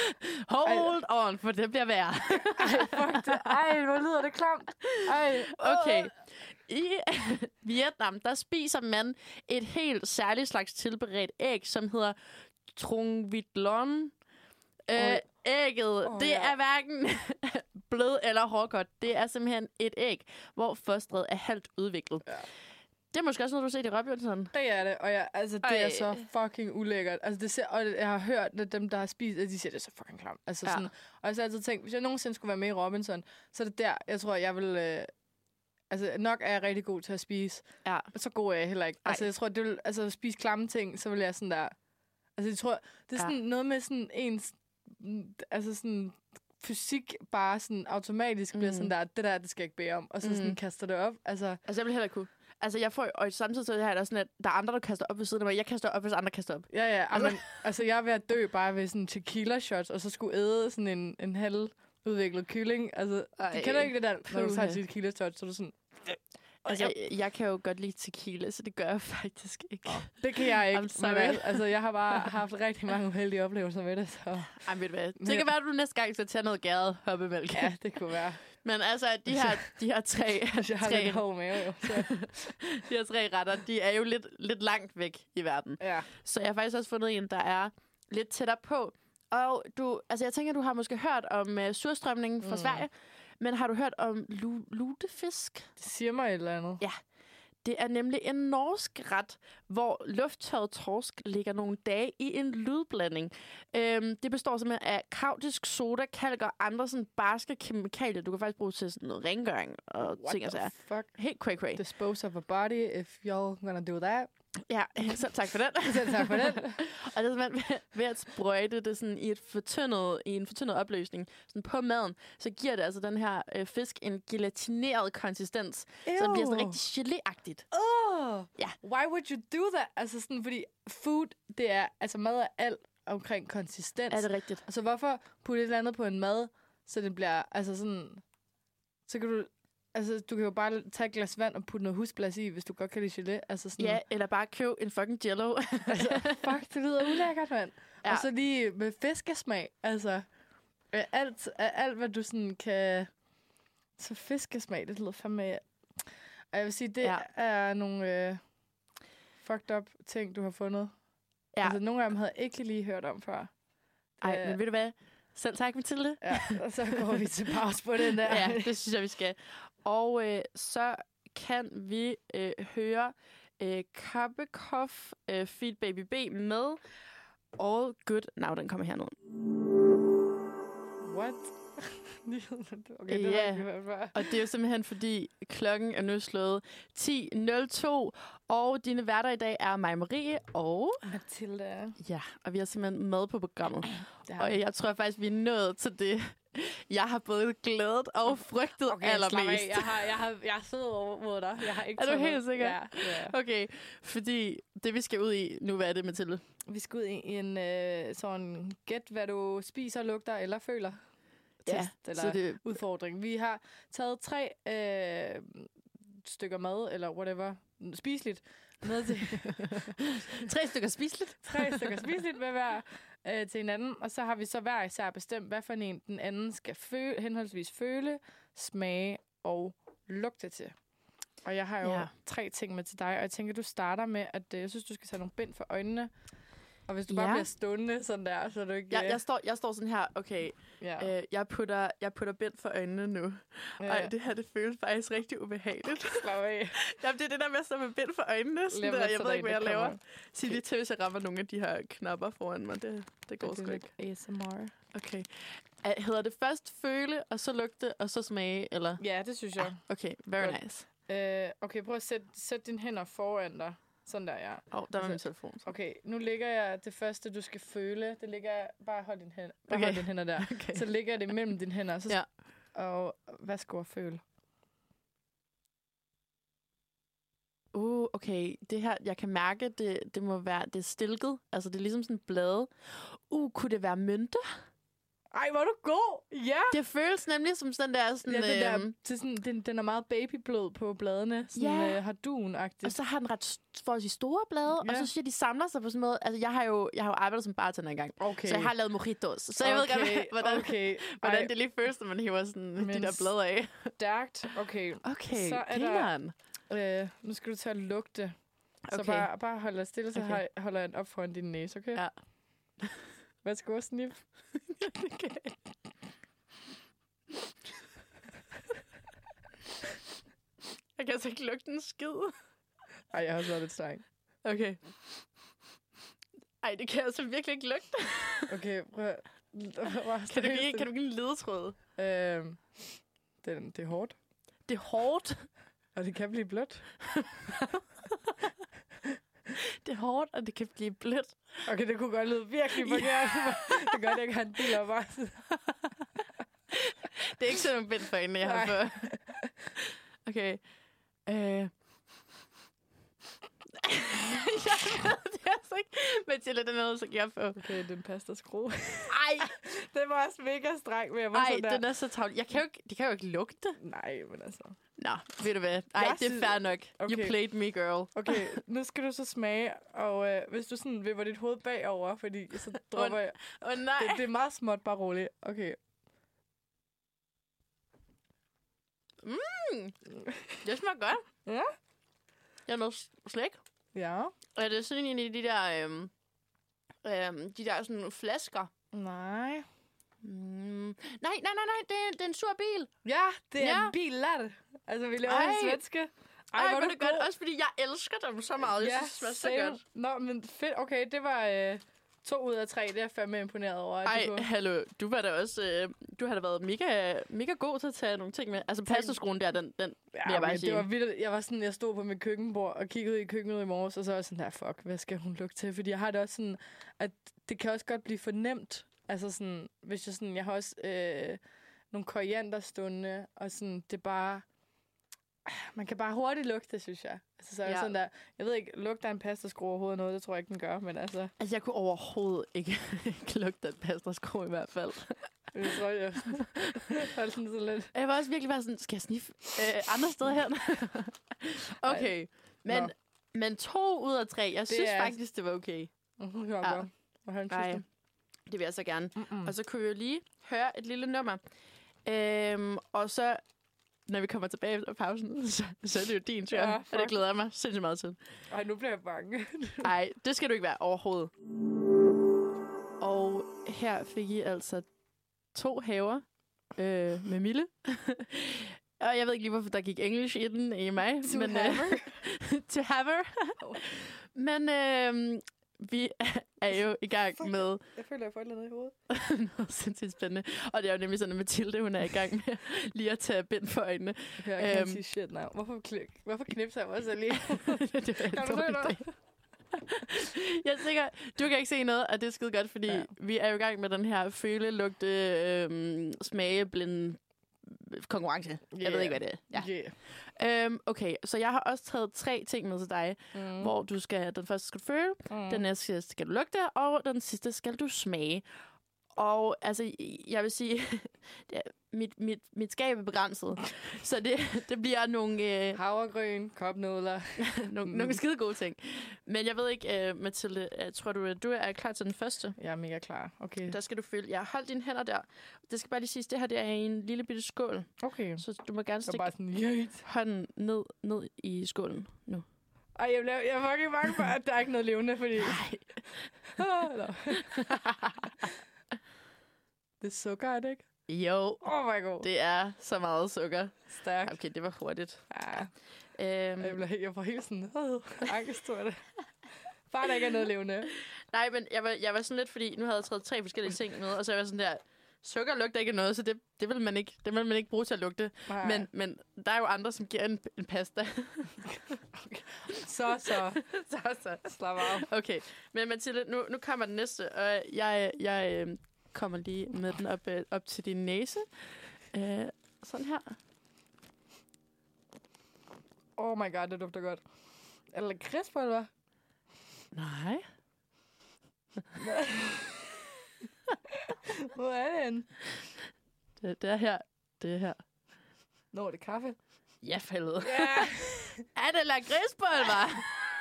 Hold Ej. on, for det bliver værre. Ej, fuck det. Ej, hvor lyder det klamt. Ej, Okay. I Vietnam, der spiser man et helt særligt slags tilberedt æg, som hedder Trong Vịt Lon. Øh, Oj. ægget, Åh, det ja. er hverken blød eller hårdkogt. Det er simpelthen et æg, hvor fosteret er halvt udviklet. Ja. Det er måske også noget, du har set i Robinson. det er det. Og jeg, altså, det Ej. er så fucking ulækkert. Altså, det ser, og jeg har hørt, at dem, der har spist, at de siger, det er så fucking klamt. Altså, Ja. sådan, og jeg har altid tænkt, hvis jeg nogensinde skulle være med i Robinson, så er det der, jeg tror, jeg vil... Øh, altså, nok er jeg rigtig god til at spise. Ja. Men så god er jeg heller ikke. Ej. Altså, jeg tror, det vil, altså, at spise klamme ting, så vil jeg sådan der... Altså, jeg tror, det er sådan Ja. noget med sådan ens... mm, Altså, sådan fysik bare sådan automatisk bliver Mm. sådan der, det der, det skal jeg ikke bede om. Og så sådan Mm. kaster det op. Altså, Altså, jeg vil heller ikke kunne. Altså, jeg får, og samtidig så er der sådan, at der er andre, der kaster op ved siden af mig. Jeg kaster op, hvis andre kaster op. ja, ja. Altså- Altså, altså, jeg er ved at dø bare ved sådan tequila shots, og så skulle æde sådan en, en halv udviklet kylling. Altså, Ej. du kender ikke det der, når du tager Puha. tequila shots, så er du sådan... Altså, jeg, jeg kan jo godt lide tequila, så det gør jeg faktisk ikke. Det kan jeg I'm ikke. sorry. Men, al- altså, jeg har bare haft rigtig mange uheldige oplevelser med det, så... Ej, ved du hvad? Men- Det kan være, at du næste gang skal tage noget gæret hoppemælk. Ja, det kunne være. Men altså, de her, de her tre, Hvis jeg har tre, lidt hård mave, jo. Så. de her tre retter, de er jo lidt, lidt langt væk i verden. Ja. Så jeg har faktisk også fundet en, der er lidt tættere på. Og du, altså jeg tænker, du har måske hørt om uh, surstrømningen fra Mm. Sverige. Men har du hørt om lu- lutefisk? Det siger mig et eller andet. Ja. Det er nemlig en norsk ret, hvor lufttørret torsk ligger nogle dage i en lydblanding. Øhm, det består simpelthen af kautisk soda, kalk og andre sådan barske kemikalier. Du kan faktisk bruge til sådan noget rengøring og What ting og the sager. fuck? Helt cray cray. Dispose of a body if y'all gonna do that. Ja, så tak for den. Selv tak for den. Og det er simpelthen ved, ved at sprøjte det sådan i, et fortyndet, i en fortyndet opløsning sådan på maden, så giver det altså den her øh, fisk en gelatineret konsistens. Så det bliver sådan rigtig gelé-agtigt. Oh, Ja. Why would you do that? Altså sådan, fordi food, det er, altså mad er alt omkring konsistens. Er det rigtigt? Altså hvorfor putte et eller andet på en mad, så det bliver, altså sådan, så kan du, altså du kan jo bare tage et glas vand og putte noget husblas i, hvis du godt kan lide gelé. Altså sådan, Ja, eller bare købe en fucking jello. altså, fuck, det lyder ulækkert, mand. Ja. Ja. Og så lige med fiskesmag, altså, af alt, af alt, hvad du sådan kan, så fiskesmag, det lyder fandme, og jeg vil sige, det Ja. ja. er nogle øh, fucked up ting, du har fundet. Ja. Altså, nogle af dem havde jeg ikke lige hørt om før. Ej, Øh, men ved du hvad? Selv tak til det. Ja, og så går vi til pause på den der. Ja, det synes jeg, vi skal. Og øh, så kan vi øh, høre øh, Kappekoff øh, Feed Baby B med All Good Now. Den kommer hernede. What? Okay, det Ja. har jeg hørt før. Og det er jo simpelthen, fordi klokken er nu slået ti nul to, og dine værter i dag er mig, Marie, og... Mathilda. Ja, og vi har simpelthen med på programmet. Det har Og vi. jeg tror faktisk, vi er nået til det, jeg har både glædet og frygtet Okay, slap allermest. af. Jeg har, jeg har, jeg sidder over mod dig. Jeg har ikke Er du taget helt noget. sikker? Ja, ja. Okay, fordi det, vi skal ud i nu, hvad er det, Mathilde? Vi skal ud i en øh, sådan gæt, hvad du spiser, lugter eller føler. Ja, Test, eller så det, udfordring. Vi har taget tre øh, stykker mad, eller whatever, spiseligt, med til tre stykker spiseligt. tre stykker spiseligt med hver øh, til hinanden, og så har vi så hver især bestemt, hvad for en den anden skal føle, henholdsvis føle, smage og lugte til. Og jeg har jo Ja. tre ting med til dig, og jeg tænker, du starter med, at øh, jeg synes, du skal tage nogle bind for øjnene. Og hvis du bare Ja. bliver stående sådan der, så er du ikke... Jeg, jeg, står, jeg står sådan her, okay, ja. øh, jeg, putter, jeg putter bind for øjnene nu. Ja. Ej, det her, det føles faktisk rigtig ubehageligt. Slap af. Jamen, det er det der med at stå med bind for øjnene. Sådan der. Jeg ved ikke, hvad jeg laver. Sig lige til, hvis jeg rammer nogle af de her knapper foran mig. Det, det går Det sgu er ikke. lidt A S M R. Okay. Uh, hedder det først føle, og så lugte, og så smage, eller? Ja, det synes jeg. Okay, very Godt. nice. Øh, okay, prøv at sætte sæt dine hænder foran dig. Sådan der, ja. Åh, oh, der var Altså, min telefon. Så. Okay, nu ligger jeg det første, du skal føle. Det ligger jeg... Bare hold dine hænder, bare Okay. hold dine hænder der. Okay. Så ligger det mellem dine hænder. Så, Ja. Og værsgo at føle. Uh, okay. Det her, jeg kan mærke, det, det må være, det er stilket. Altså, det er ligesom sådan blade. Uh, kunne det være mynte? Ej, hvor er du god! Ja! Det føles nemlig som sådan der... Sådan, Ja, den, der, øhm, det er sådan, den, den er meget babyblød på bladene. Sådan Ja. øh, hardun-agtigt. og så har den ret st- forholdsvis store blade, Ja. og så synes jeg, de samler sig på sådan noget. Altså, jeg har jo, jeg har jo arbejdet som bartender engang, Okay. så jeg har lavet mojitos. Så jeg okay. ved godt, hvordan, Okay. hvordan Ej, det lige føles, når man hiver sådan Men de der blade af. stærkt. Okay. Okay, Så er der- grineren. Øh, nu skal du til at lugte. Så Okay. bare, bare hold dig stille, så Okay. okay. holder jeg den op foran din næse, okay? Ja. Værsgo, snif. Okay. Jeg kan altså ikke lugte en skid. Ej, jeg har også været lidt streng. Okay. Ej, det kan jeg altså virkelig ikke lugte. Okay, prøv at... Kan du give, kan du give en ledetråd? Øhm, det, det er hårdt, Det er hårdt. og det kan blive blødt. Det er hårdt, og det kan blive blødt. Okay, det kunne godt lyde virkelig forkert. Det gør det ikke, han deler bare. Det er ikke sådan en bind for øjnene, jeg har Nej. fået. Okay. Øh. jeg ved det er altså ikke. Mathilde, den er noget, så giver jeg på. Okay, det er en pasta skrue. Ej, Det var også mega streng, men jeg var ej, sådan der. den er så tavlig. Jeg kan jo ikke, det kan jo ikke lugte. Nej, men altså... Nå, ved du hvad? Ej, Jeg det er synes- fair nok. Okay. You played me, girl. Okay, nu skal du så smage, og øh, hvis du sådan vipper dit hoved bagover, fordi så dropper jeg... Åh oh, nej. Det, det er meget småt, bare roligt. Okay. Mm. Det smager godt. Ja. Jeg har noget slik. Ja. Er det sådan en af de der, øhm, øhm, de der sådan flasker? Nej. Mm. Nej, nej, nej, nej, det er, det er en sur bil. Ja, det er Ja. en billatte. Altså, vi laver Ej. en svenske. Ej, Ej, hvor hvor er det du godt. god. Også fordi jeg elsker dem så meget. Jeg Ja, synes, det smager så same. godt. Nå, men fedt. Okay, det var øh, to ud af tre. Det er jeg fandme imponeret over. at du Ej, kunne. hallo. Du var da også... Øh, du har da været mega, mega god til at tage nogle ting med. Altså, pastaskruen der, den, den Ja, vil jeg bare okay, sige. det var vildt. Jeg var sådan, jeg stod på mit køkkenbord og kiggede i køkkenet i morges, og så var jeg sådan der, fuck, hvad skal hun lugte til? Fordi jeg har det også sådan, at det kan også godt blive for nemt. Altså sådan, hvis jeg sådan, jeg har også øh, nogle koriander stående, og sådan, det er bare, man kan bare hurtigt lugte, synes jeg. Altså så er jeg Ja. sådan der, jeg ved ikke, lugter en pastaskrue overhovedet noget, det tror jeg ikke, den gør, men altså, Altså, jeg kunne overhovedet ikke, ikke lugte en pastaskrue i hvert fald. det tror jeg, jeg sådan så lidt. Jeg var også virkelig bare sådan, skal jeg sniffe øh, andre steder hen? Okay, men, Nå. men to ud af tre. Jeg Det synes er- faktisk, det var okay. Uh, ja. Ja. Hvordan Nej, synes det vil jeg så gerne. du? Mm-mm. Og så kunne vi jo lige høre et lille nummer. Øhm, og så, når vi kommer tilbage efter pausen, så, så er det jo din tur. Ja, Ja, og det fuck. glæder jeg mig sindssygt meget til. Ej, nu bliver jeg bange. Nej, det skal du ikke være overhovedet. Og her fik I altså to haver øh, med Mille. Og jeg ved ikke lige, hvorfor der gik engelsk i den i mig. To men, have Øh, to have her. Men øh, vi er jo i gang med Jeg føler, jeg får et eller andet i hovedet. noget sindssygt spændende. Og det er jo nemlig sådan, at Mathilde, hun er i gang med lige at tage bind for øjnene. Okay, jeg kan Øhm. sige shit now. Hvorfor, kli- hvorfor knipser jeg mig selv lige? Det er en Kan du dårlig se noget? idé. Jeg er sikker, du kan ikke se noget, og det er skide godt, fordi ja. vi er jo i gang med den her føle, lugte, øhm, smage, blind konkurrence. Yeah. Jeg ved ikke, hvad det er. Ja. Yeah. Øhm, okay, så jeg har også taget tre ting med til dig, Mm. hvor du skal, den første skal du føle, Mm. den næste skal du lugte, og den sidste skal du smage. Og altså, jeg vil sige, det er, mit, mit, mit skab er begrænset, så det, det bliver nogle, øh, Havregryn, kopnudler. nogle, Mm. nogle skide gode ting. Men jeg ved ikke, uh, Mathilde, uh, tror du, at du er klar til den første? Jeg er mega klar. Okay. Der skal du føle, jeg har holdt dine hænder der. Det skal bare lige siges, det her det er i en lille bitte skål. Okay. Så du må gerne Så stikke bare sådan, jøjt. hånden ned, ned i skålen nu. Ej, jeg, bliver, jeg er fucking bange for, at der er ikke noget levende, fordi... Ah, nå. Det er sukker, er det ikke? Jo, Oh my god. det er så meget sukker. Stærkt. Okay, det var hurtigt. Ja. Øhm, Jeg, bliver, helt- jeg får helt sådan... Øh, angst over det. Bare der ikke er noget levende. nej, men jeg var, jeg var sådan lidt, fordi nu havde jeg taget tre forskellige ting med, og så var jeg sådan der, sukker lugter ikke af noget, så det, det, vil man ikke, det vil man ikke bruge til at lugte. Nej. Men, men der er jo andre, som giver en, en pasta. Så, så. så, så. Slap af. Okay, men Mathilde, nu, nu kommer den næste, og jeg, jeg øh, kommer lige med den op, øh, op til din næse. Øh, sådan her. Oh my god, det dufter godt. Er det lakridspulver? Nej. Hvor er det henne? Det, det er her. Det er her. Nå, det er kaffe. Ja, for helvede. Ja. Er det lakridspulver?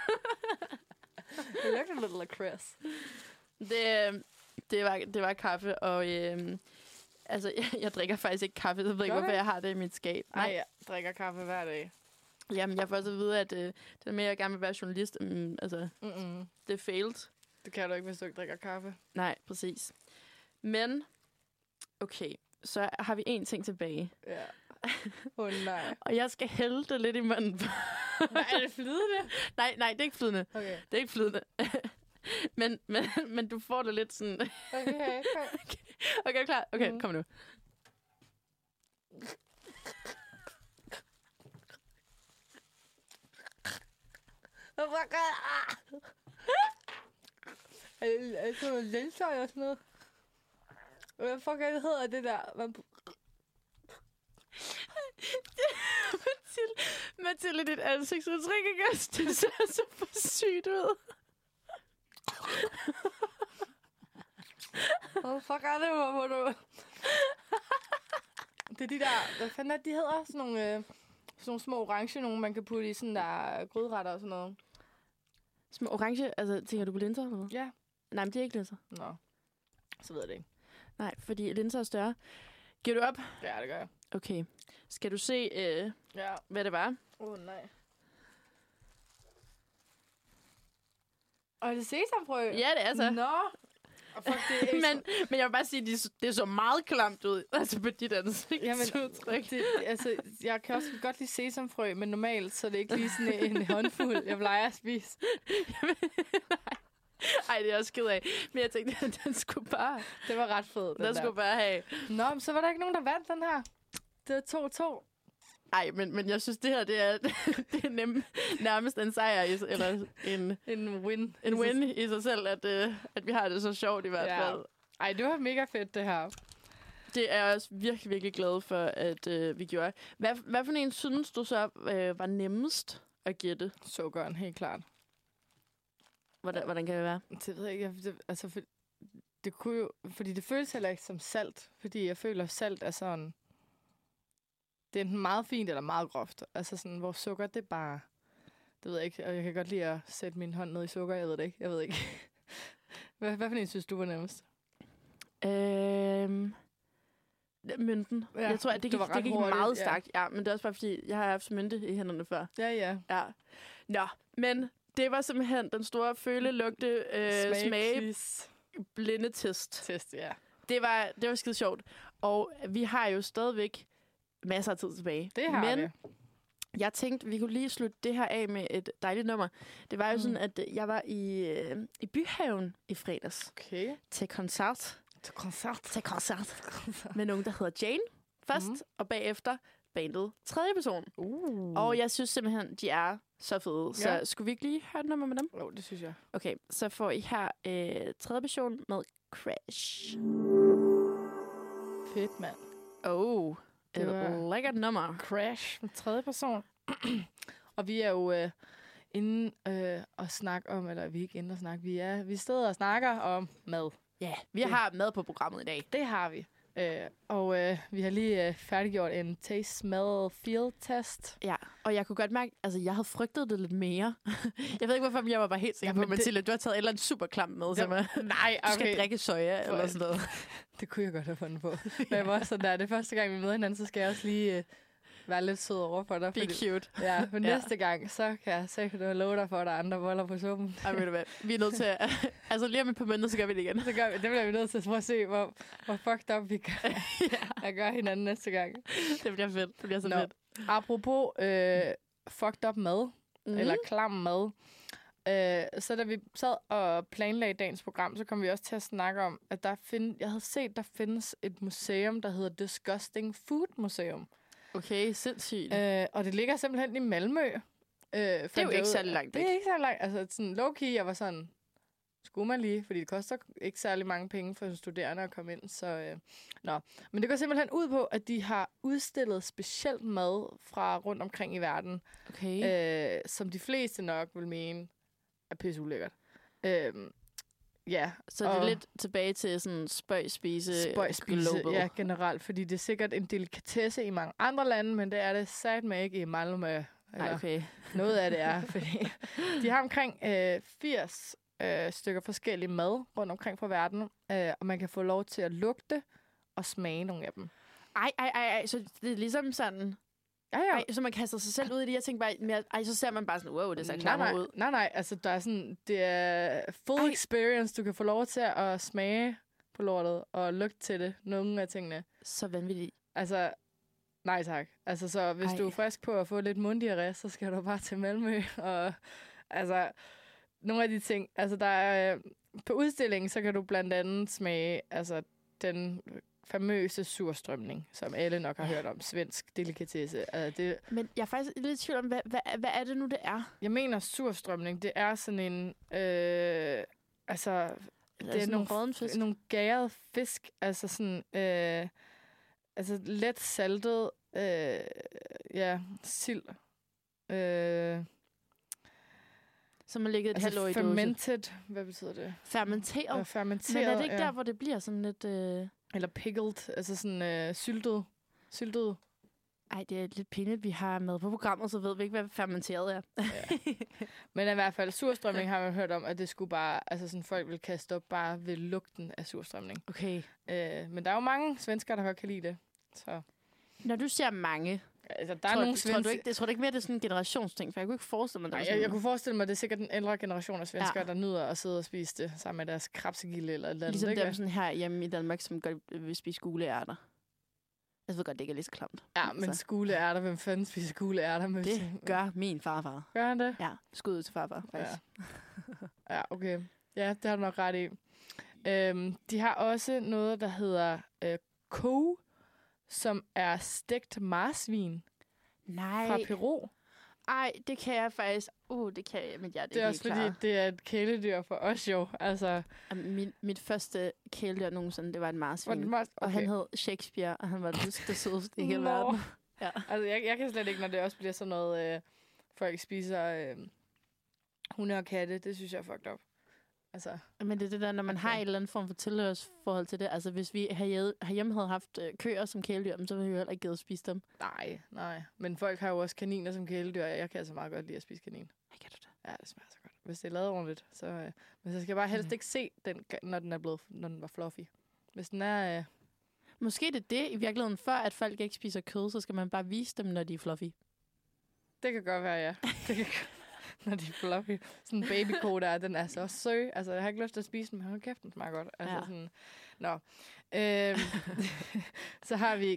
Det lugter lidt lakrids. det, øh, det, var, det var kaffe, og øh, altså, jeg, jeg drikker faktisk ikke kaffe, så jeg ved ikke, Gør hvorfor du? jeg har det i mit skab. Nej, jeg drikker kaffe hver dag. Jamen, jeg får også at vide, at øh, det er med, at jeg gerne vil være journalist. Um, altså, Mm-mm. det failed. Det kan du ikke, hvis du ikke drikker kaffe. Nej, præcis. Men, okay, så har vi én ting tilbage. Ja. Åh oh, nej. Og jeg skal hælde det lidt i munden. Nej, er det flydende? nej, nej, det er ikke flydende. Okay. Det er ikke flydende. men, men, men du får det lidt sådan... Okay, okay. okay, er du klar? Okay, Mhm. kom nu. Er det, er det sådan noget linser og sådan noget? Hvad fuck er det hedder det der? Man... Mathilde, Mathilde, dit ansigtsudtryk, ikke også? Det ser super sygt ud. Hvad fuck er det, hvor du... Det er de der... Hvad fanden er det, de hedder? Sådan nogle, øh, sådan nogle små orange, nogle man kan putte i sådan der gryderetter og sådan noget. Små orange, altså tænker du på linser eller hvad? Ja. Nej, men det er ikke linser. Nå. Så ved jeg det ikke. Nej, fordi linser er større. Giver du op? Ja, det gør jeg. Okay. Skal du se, øh, Ja. hvad det var? Åh, oh, nej. Og er det sesamfrø? Ja, det er så. Nå. Og fuck, det er men, men jeg vil bare sige, at det, det så meget klamt ud. Altså på dit ansigtsudtryk. det, altså, jeg kan også godt lide sesamfrø, men normalt, så er det ikke lige sådan en håndfuld, jeg plejer at spise. Nej. Ej, det er jeg også ked af. Men jeg tænkte, at den skulle bare... Det var ret fedt, Den, den skulle bare have... Nå, men så var der ikke nogen, der vandt den her. Det var to to. Ej, men, men jeg synes, det her, det er, det er nem, nærmest en sejr, i, eller en, En win. en win i sig selv, at, uh, at vi har det så sjovt i hvert Ja. fald. Ej, det var mega fedt, det her. Det er jeg også virkelig, virkelig glad for, at uh, vi gjorde. Hvad, hvad for en synes du så uh, var nemmest at gætte? Sukkeren, helt klart. Hvordan, hvordan kan det være? Det ved jeg ikke. Jeg, det, altså, for, det kunne jo... Fordi det føles heller ikke som salt. Fordi jeg føler, at salt er sådan... Det er enten meget fint eller meget groft. Altså sådan, hvor sukker, det er bare... Det ved jeg ikke. Og jeg kan godt lide at sætte min hånd ned i sukker. Jeg ved det ikke. Jeg ved ikke. hvad, hvad for en synes du var nemmest? Øhm, mynten. Ja, Ja, jeg tror, at det det gik, var det ret gik hurtigt, meget ja. stærkt. Ja. Men det er også bare, fordi jeg har haft mynte i hænderne før. Ja, ja. Ja. Nå, men det var simpelthen den store føle, lugte, øh, smage, quiz. blindetest. Test, ja. Det var, det var skide sjovt. Og vi har jo stadigvæk masser af tid tilbage. Det har Men vi. Jeg tænkte, vi kunne lige slutte det her af med et dejligt nummer. Det var jo Mm. sådan, at øh, jeg var i, øh, i Byhaven i fredags Okay. til koncert. Til koncert. Til koncert. Med nogen, der hedder Jane først, Mhm. og bagefter bandet tredje person. Uh. Og jeg synes simpelthen, de er så fede. Så Ja. skulle vi ikke lige høre et nummer med dem? Jo, det synes jeg. Okay, så får I her øh, tredje person med Crash. Fedt, mand. Oh, Det et var- lækkert nummer. Crash med tredje person. Og vi er jo øh, inde øh, og snakke om, eller vi er ikke inde og snakke, vi er, vi sidder og snakker om mad. Ja, yeah, vi Det- har mad på programmet i dag. Det har vi. Øh, og øh, vi har lige øh, færdiggjort en taste, smell, feel test. Ja, og jeg kunne godt mærke, altså jeg havde frygtet det lidt mere. jeg ved ikke, hvorfor, men jeg var bare helt sikker Jamen, på, det- Mathilde, du har taget et eller andet super klam med, som er, Nej, du skal drikke soja eller sådan noget. Det kunne jeg godt have fundet på. Men jeg var også sådan der, det er første gang, vi møder hinanden, så skal jeg også lige øh, være lidt sød over for dig. Be cute. Ja, men Ja. næste gang, så kan jeg sikkert love dig for, at der er andre boller på suppen. Ej, ved du hvad, vi er nødt til at, altså lige om et par måneder, så gør vi det igen. Så gør vi, det bliver vi nødt til at prøve at se, hvor, hvor fucked up vi kan at gøre hinanden næste gang. Det bliver fedt, det bliver så Nå. fedt. Apropos øh, fucked up mad, Mm. mm. eller klam mad. Øh, så da vi sad og planlagde dagens program, så kom vi også til at snakke om, at der find, jeg havde set, der findes et museum, der hedder Disgusting Food Museum. Okay, sindssygt. Øh, og det ligger simpelthen i Malmø. Øh, det er jo ikke særlig langt Det væk. er ikke særlig langt. Altså sådan low-key, jeg var sådan, skulle man lige, fordi det koster ikke særlig mange penge for studerende at komme ind. Så, øh, nå. Men det går simpelthen ud på, at de har udstillet specielt mad fra rundt omkring i verden, Okay. øh, som de fleste nok vil mene er pisseulækkert. Øh, ja, Så det er og- lidt tilbage til sådan spøj spise spøj spise, global. ja, generelt, fordi det er sikkert en delikatesse i mange andre lande, men det er det satme ikke i Malmø. Ej, Eller okay. noget af det er, fordi de har omkring øh, firs øh, stykker forskellige mad rundt omkring fra verden, øh, og man kan få lov til at lugte og smage nogle af dem. Ej, ej, ej, ej, så det er ligesom sådan... Ja, ja. Ej, så man kaster sig selv ud i det. Jeg tænker bare, mere, ej, så ser man bare sådan, wow, det ser nej, klammer nej, ud. nej, nej, altså der er sådan, det er full Ej. experience. Du kan få lov til at smage på lortet og lugte til det, nogle af tingene. Så vanvittigt. Altså, nej tak. Altså, så hvis Ej. du er frisk på at få lidt munddiarré, så skal du bare til Malmø. Og altså, nogle af de ting. Altså, der er, på udstillingen, så kan du blandt andet smage altså, den famøse surstrømning, som alle nok har hørt om. Svensk delikatesse. Altså, det, Men jeg er faktisk lidt i tvivl om, hvad, hvad, hvad er det nu, det er? jeg mener, surstrømning, det er sådan en... Øh, altså, Det er nogle, rådden fisk. nogle gærede fisk. Altså sådan... Øh, altså let saltet... Øh, ja, sild. Øh, Som har ligget et halvt år altså i dåse. fermented. Hvad betyder det? Fermenteret. Ja, fermenteret, Men er det ikke ja. der, hvor det bliver sådan lidt... Øh... Eller pickled. Altså sådan øh, syltet. Syltet. Ej, det er lidt pinligt, vi har med på programmet, så ved vi ikke, hvad fermenteret er. Men i hvert fald, surstrømning har man hørt om, at det skulle bare... Altså sådan, folk vil kaste op bare ved lugten af surstrømning. Okay. Øh, men der er jo mange svenskere, der godt kan lide det. Så... Når du siger mange, Altså, der er tror, nogle tror, du svenske... ikke, det, tror du ikke mere, det er sådan en generationsting? For jeg kunne ikke forestille mig, det Nej, var jeg, sådan... jeg kunne forestille mig, at det er sikkert den ældre generation af svenskere, Ja. ja. der nyder at sidde og spise det sammen med deres krabsegilde eller et eller andet. Ligesom ikke? dem sådan her hjemme i Danmark, som godt vil spise guleærter. Jeg ved godt, det ikke er lige så klamt. Ja, men Altså, skule ærter. Hvem fanden spiser skule ærter med? det gør min farfar. Gør han det? Ja, skud ud til farfar, faktisk. Ja. Ja, okay. Ja, det har du nok ret i. Øhm, de har også noget, der hedder øh, ko, som er stegt marsvin Nej. fra Peru. Ej, det kan jeg faktisk... Uh, det kan jeg, men jeg er Det er også fordi, klar. det er et kæledyr for os jo. Altså, Min, mit første kæledyr nogensinde, det var en var marsvin. det mars- Og han hed Shakespeare, og han var det det sødeste i hele Nå. verden. Ja. Altså, jeg, jeg kan slet ikke, når det også bliver sådan noget, øh, folk spiser øh, hunde og katte. Det synes jeg er fucked up. Altså, Men det er det der, når man Okay. har en eller anden form for tilhørsforhold til det. Altså, hvis vi herhjemme, herhjemme havde haft øh, køer som kæledyr, så ville vi jo heller ikke givet at spise dem. nej, nej. Men folk har jo også kaniner som kæledyr. Jeg kan altså meget godt lide at spise kanin. Ej, kan du det? Ja, det smager så godt. Hvis det er lavet ordentligt, så... Øh, men så skal jeg bare helst Mhm. ikke se den, når den er blevet, når den var fluffy. Hvis den er... Øh, Måske det er det i virkeligheden, før at folk ikke spiser kød, så skal man bare vise dem, når de er fluffy. det kan godt være, ja. Det kan godt, når de er fluffy. Sådan en babyko der, den er så sød. Altså, jeg har ikke lyst til at spise den, men hold kæft, den smager godt. Altså, Ja. sådan... Nå. Øhm, så har vi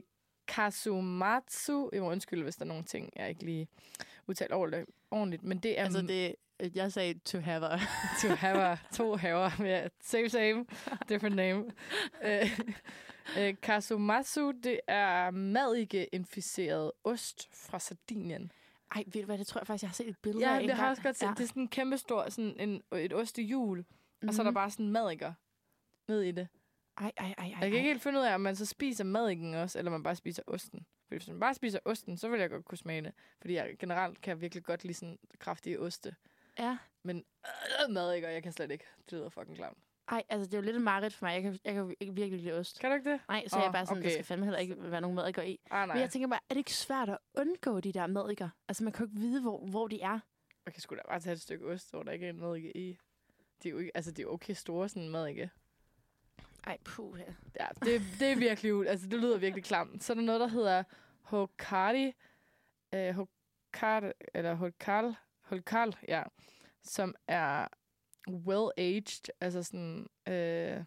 Kasumatsu. Jeg må undskylde, hvis der er nogle ting, jeg ikke lige udtalt ordentligt. Men det er... Altså, det, jeg sagde to have a. to have a. To haver. Yeah, same, same. Different name. uh, uh, Kasumatsu, det er madike-inficeret ost fra Sardinien. Ej, ved du hvad, det tror jeg faktisk, jeg har set et billede ja, af en det har gang. også godt set. Ja. Det er sådan en kæmpe stor, sådan en, et ostehjul, mm-hmm. og så er der bare sådan madikker ned i det. Ej, ej, ej, ej. Jeg kan ikke helt finde ud af, om man så spiser madikken også, eller man bare spiser osten. Fordi hvis man bare spiser osten, så vil jeg godt kunne smage det. Fordi jeg generelt kan jeg virkelig godt lide sådan kraftige oste. Ja. Men øh, madikker, jeg kan slet ikke. Det lyder fucking klamt. Ej, altså det er jo lidt en mareridt for mig. Jeg kan, jeg kan ikke virkelig lide ost. Kan du ikke det? Nej, så oh, jeg er bare sådan, okay. Der skal fandme heller ikke være nogen madikker i. Ah, nej. Men jeg tænker bare, er det ikke svært at undgå de der madikker? Altså man kan jo ikke vide, hvor, hvor de er. Man kan sgu da bare tage et stykke ost, hvor der ikke er en madike i. De er jo ikke, altså de er okay store, sådan en madike. Ej, puh. Ja, det, det er virkelig, altså det lyder virkelig klamt. Så er der noget, der hedder Hokkari, øh, Hokkari, eller Hokkal, Hokkal, ja, som er well-aged, altså sådan, øh,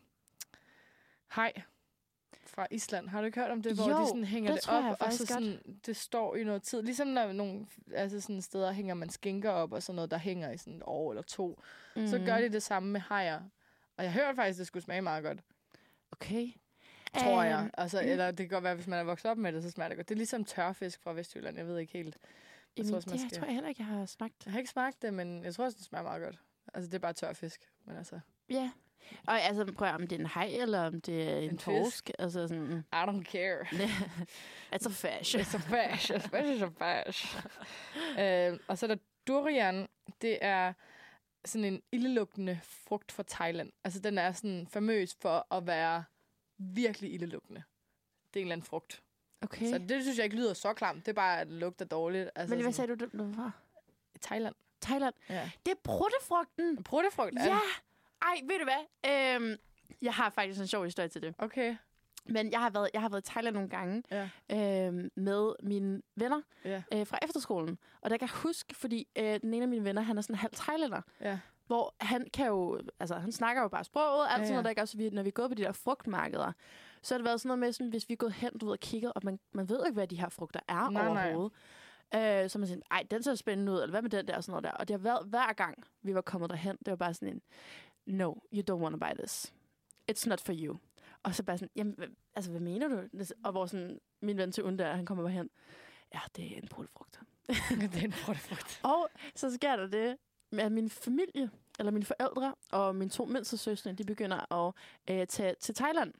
hej fra Island. Har du ikke hørt om det, hvor jo, de sådan hænger det det op, og så sådan, det står i noget tid. Ligesom når nogle altså sådan steder hænger man skinker op, og sådan noget, der hænger i sådan et år eller to. Mm. Så gør de det samme med hajer. Og jeg hørte faktisk, det skulle smage meget godt. Okay. Tror um, jeg. Altså, mm. Eller det kan godt være, hvis man er vokset op med det, så smager det godt. Det er ligesom tørfisk fra Vestjylland. Jeg ved ikke helt. Jeg Jamen, tror, det skal... tror jeg heller ikke, jeg har smagt. Jeg har ikke smagt det, men jeg tror også, det smager meget godt. Altså, det er bare tørfisk. Men altså... Ja. Og altså, prøv om det er en haj, eller om det er en, en torsk. Altså sådan... I don't care. It's a fish. It's a fish. A fish is a fish. uh, og så er der durian. Det er sådan en ildelugtende frugt fra Thailand. Altså, den er sådan famøs for at være virkelig ildelugtende. Det er en eller anden frugt. Okay. Så det synes jeg ikke lyder så klamt. Det er bare, at det lugter dårligt. Altså, men hvad sagde du, det var? Thailand. Thailand? Ja. Det er pruttefrugten. Pruttefrugt? Ja. Ej, ved du hvad? Øhm, jeg har faktisk en sjov historie til det. Okay. Men jeg har været, jeg har været i Thailand nogle gange ja. øhm, med mine venner ja. øh, fra efterskolen. Og der kan jeg huske, fordi øh, den ene af mine venner, han er sådan halv thailander. Ja. Hvor han kan jo, altså han snakker jo bare sproget, alt ja, ja. Sådan noget, der ikke også, når vi er gået på de der frugtmarkeder, så har det været sådan noget med, sådan, hvis vi er gået hen, du ved, og kigget, og man, man ved ikke, hvad de her frugter er nej, overhovedet. Nej. Øh, så man siger, ej, den ser spændende ud, eller hvad med den der, og sådan noget der. Og det har været, hver gang vi var kommet derhen, det var bare sådan en, no, you don't want to buy this. It's not for you. Og så bare sådan, jamen, altså, hvad mener du? Og hvor sådan, min ven til Unda, han kommer bare hen, ja, det er en pruttefrugt. Det er en pruttefrugt. Og så sker der det, med at min familie, eller mine forældre, og mine to mindste søstre, de begynder at øh, tage til Thailand.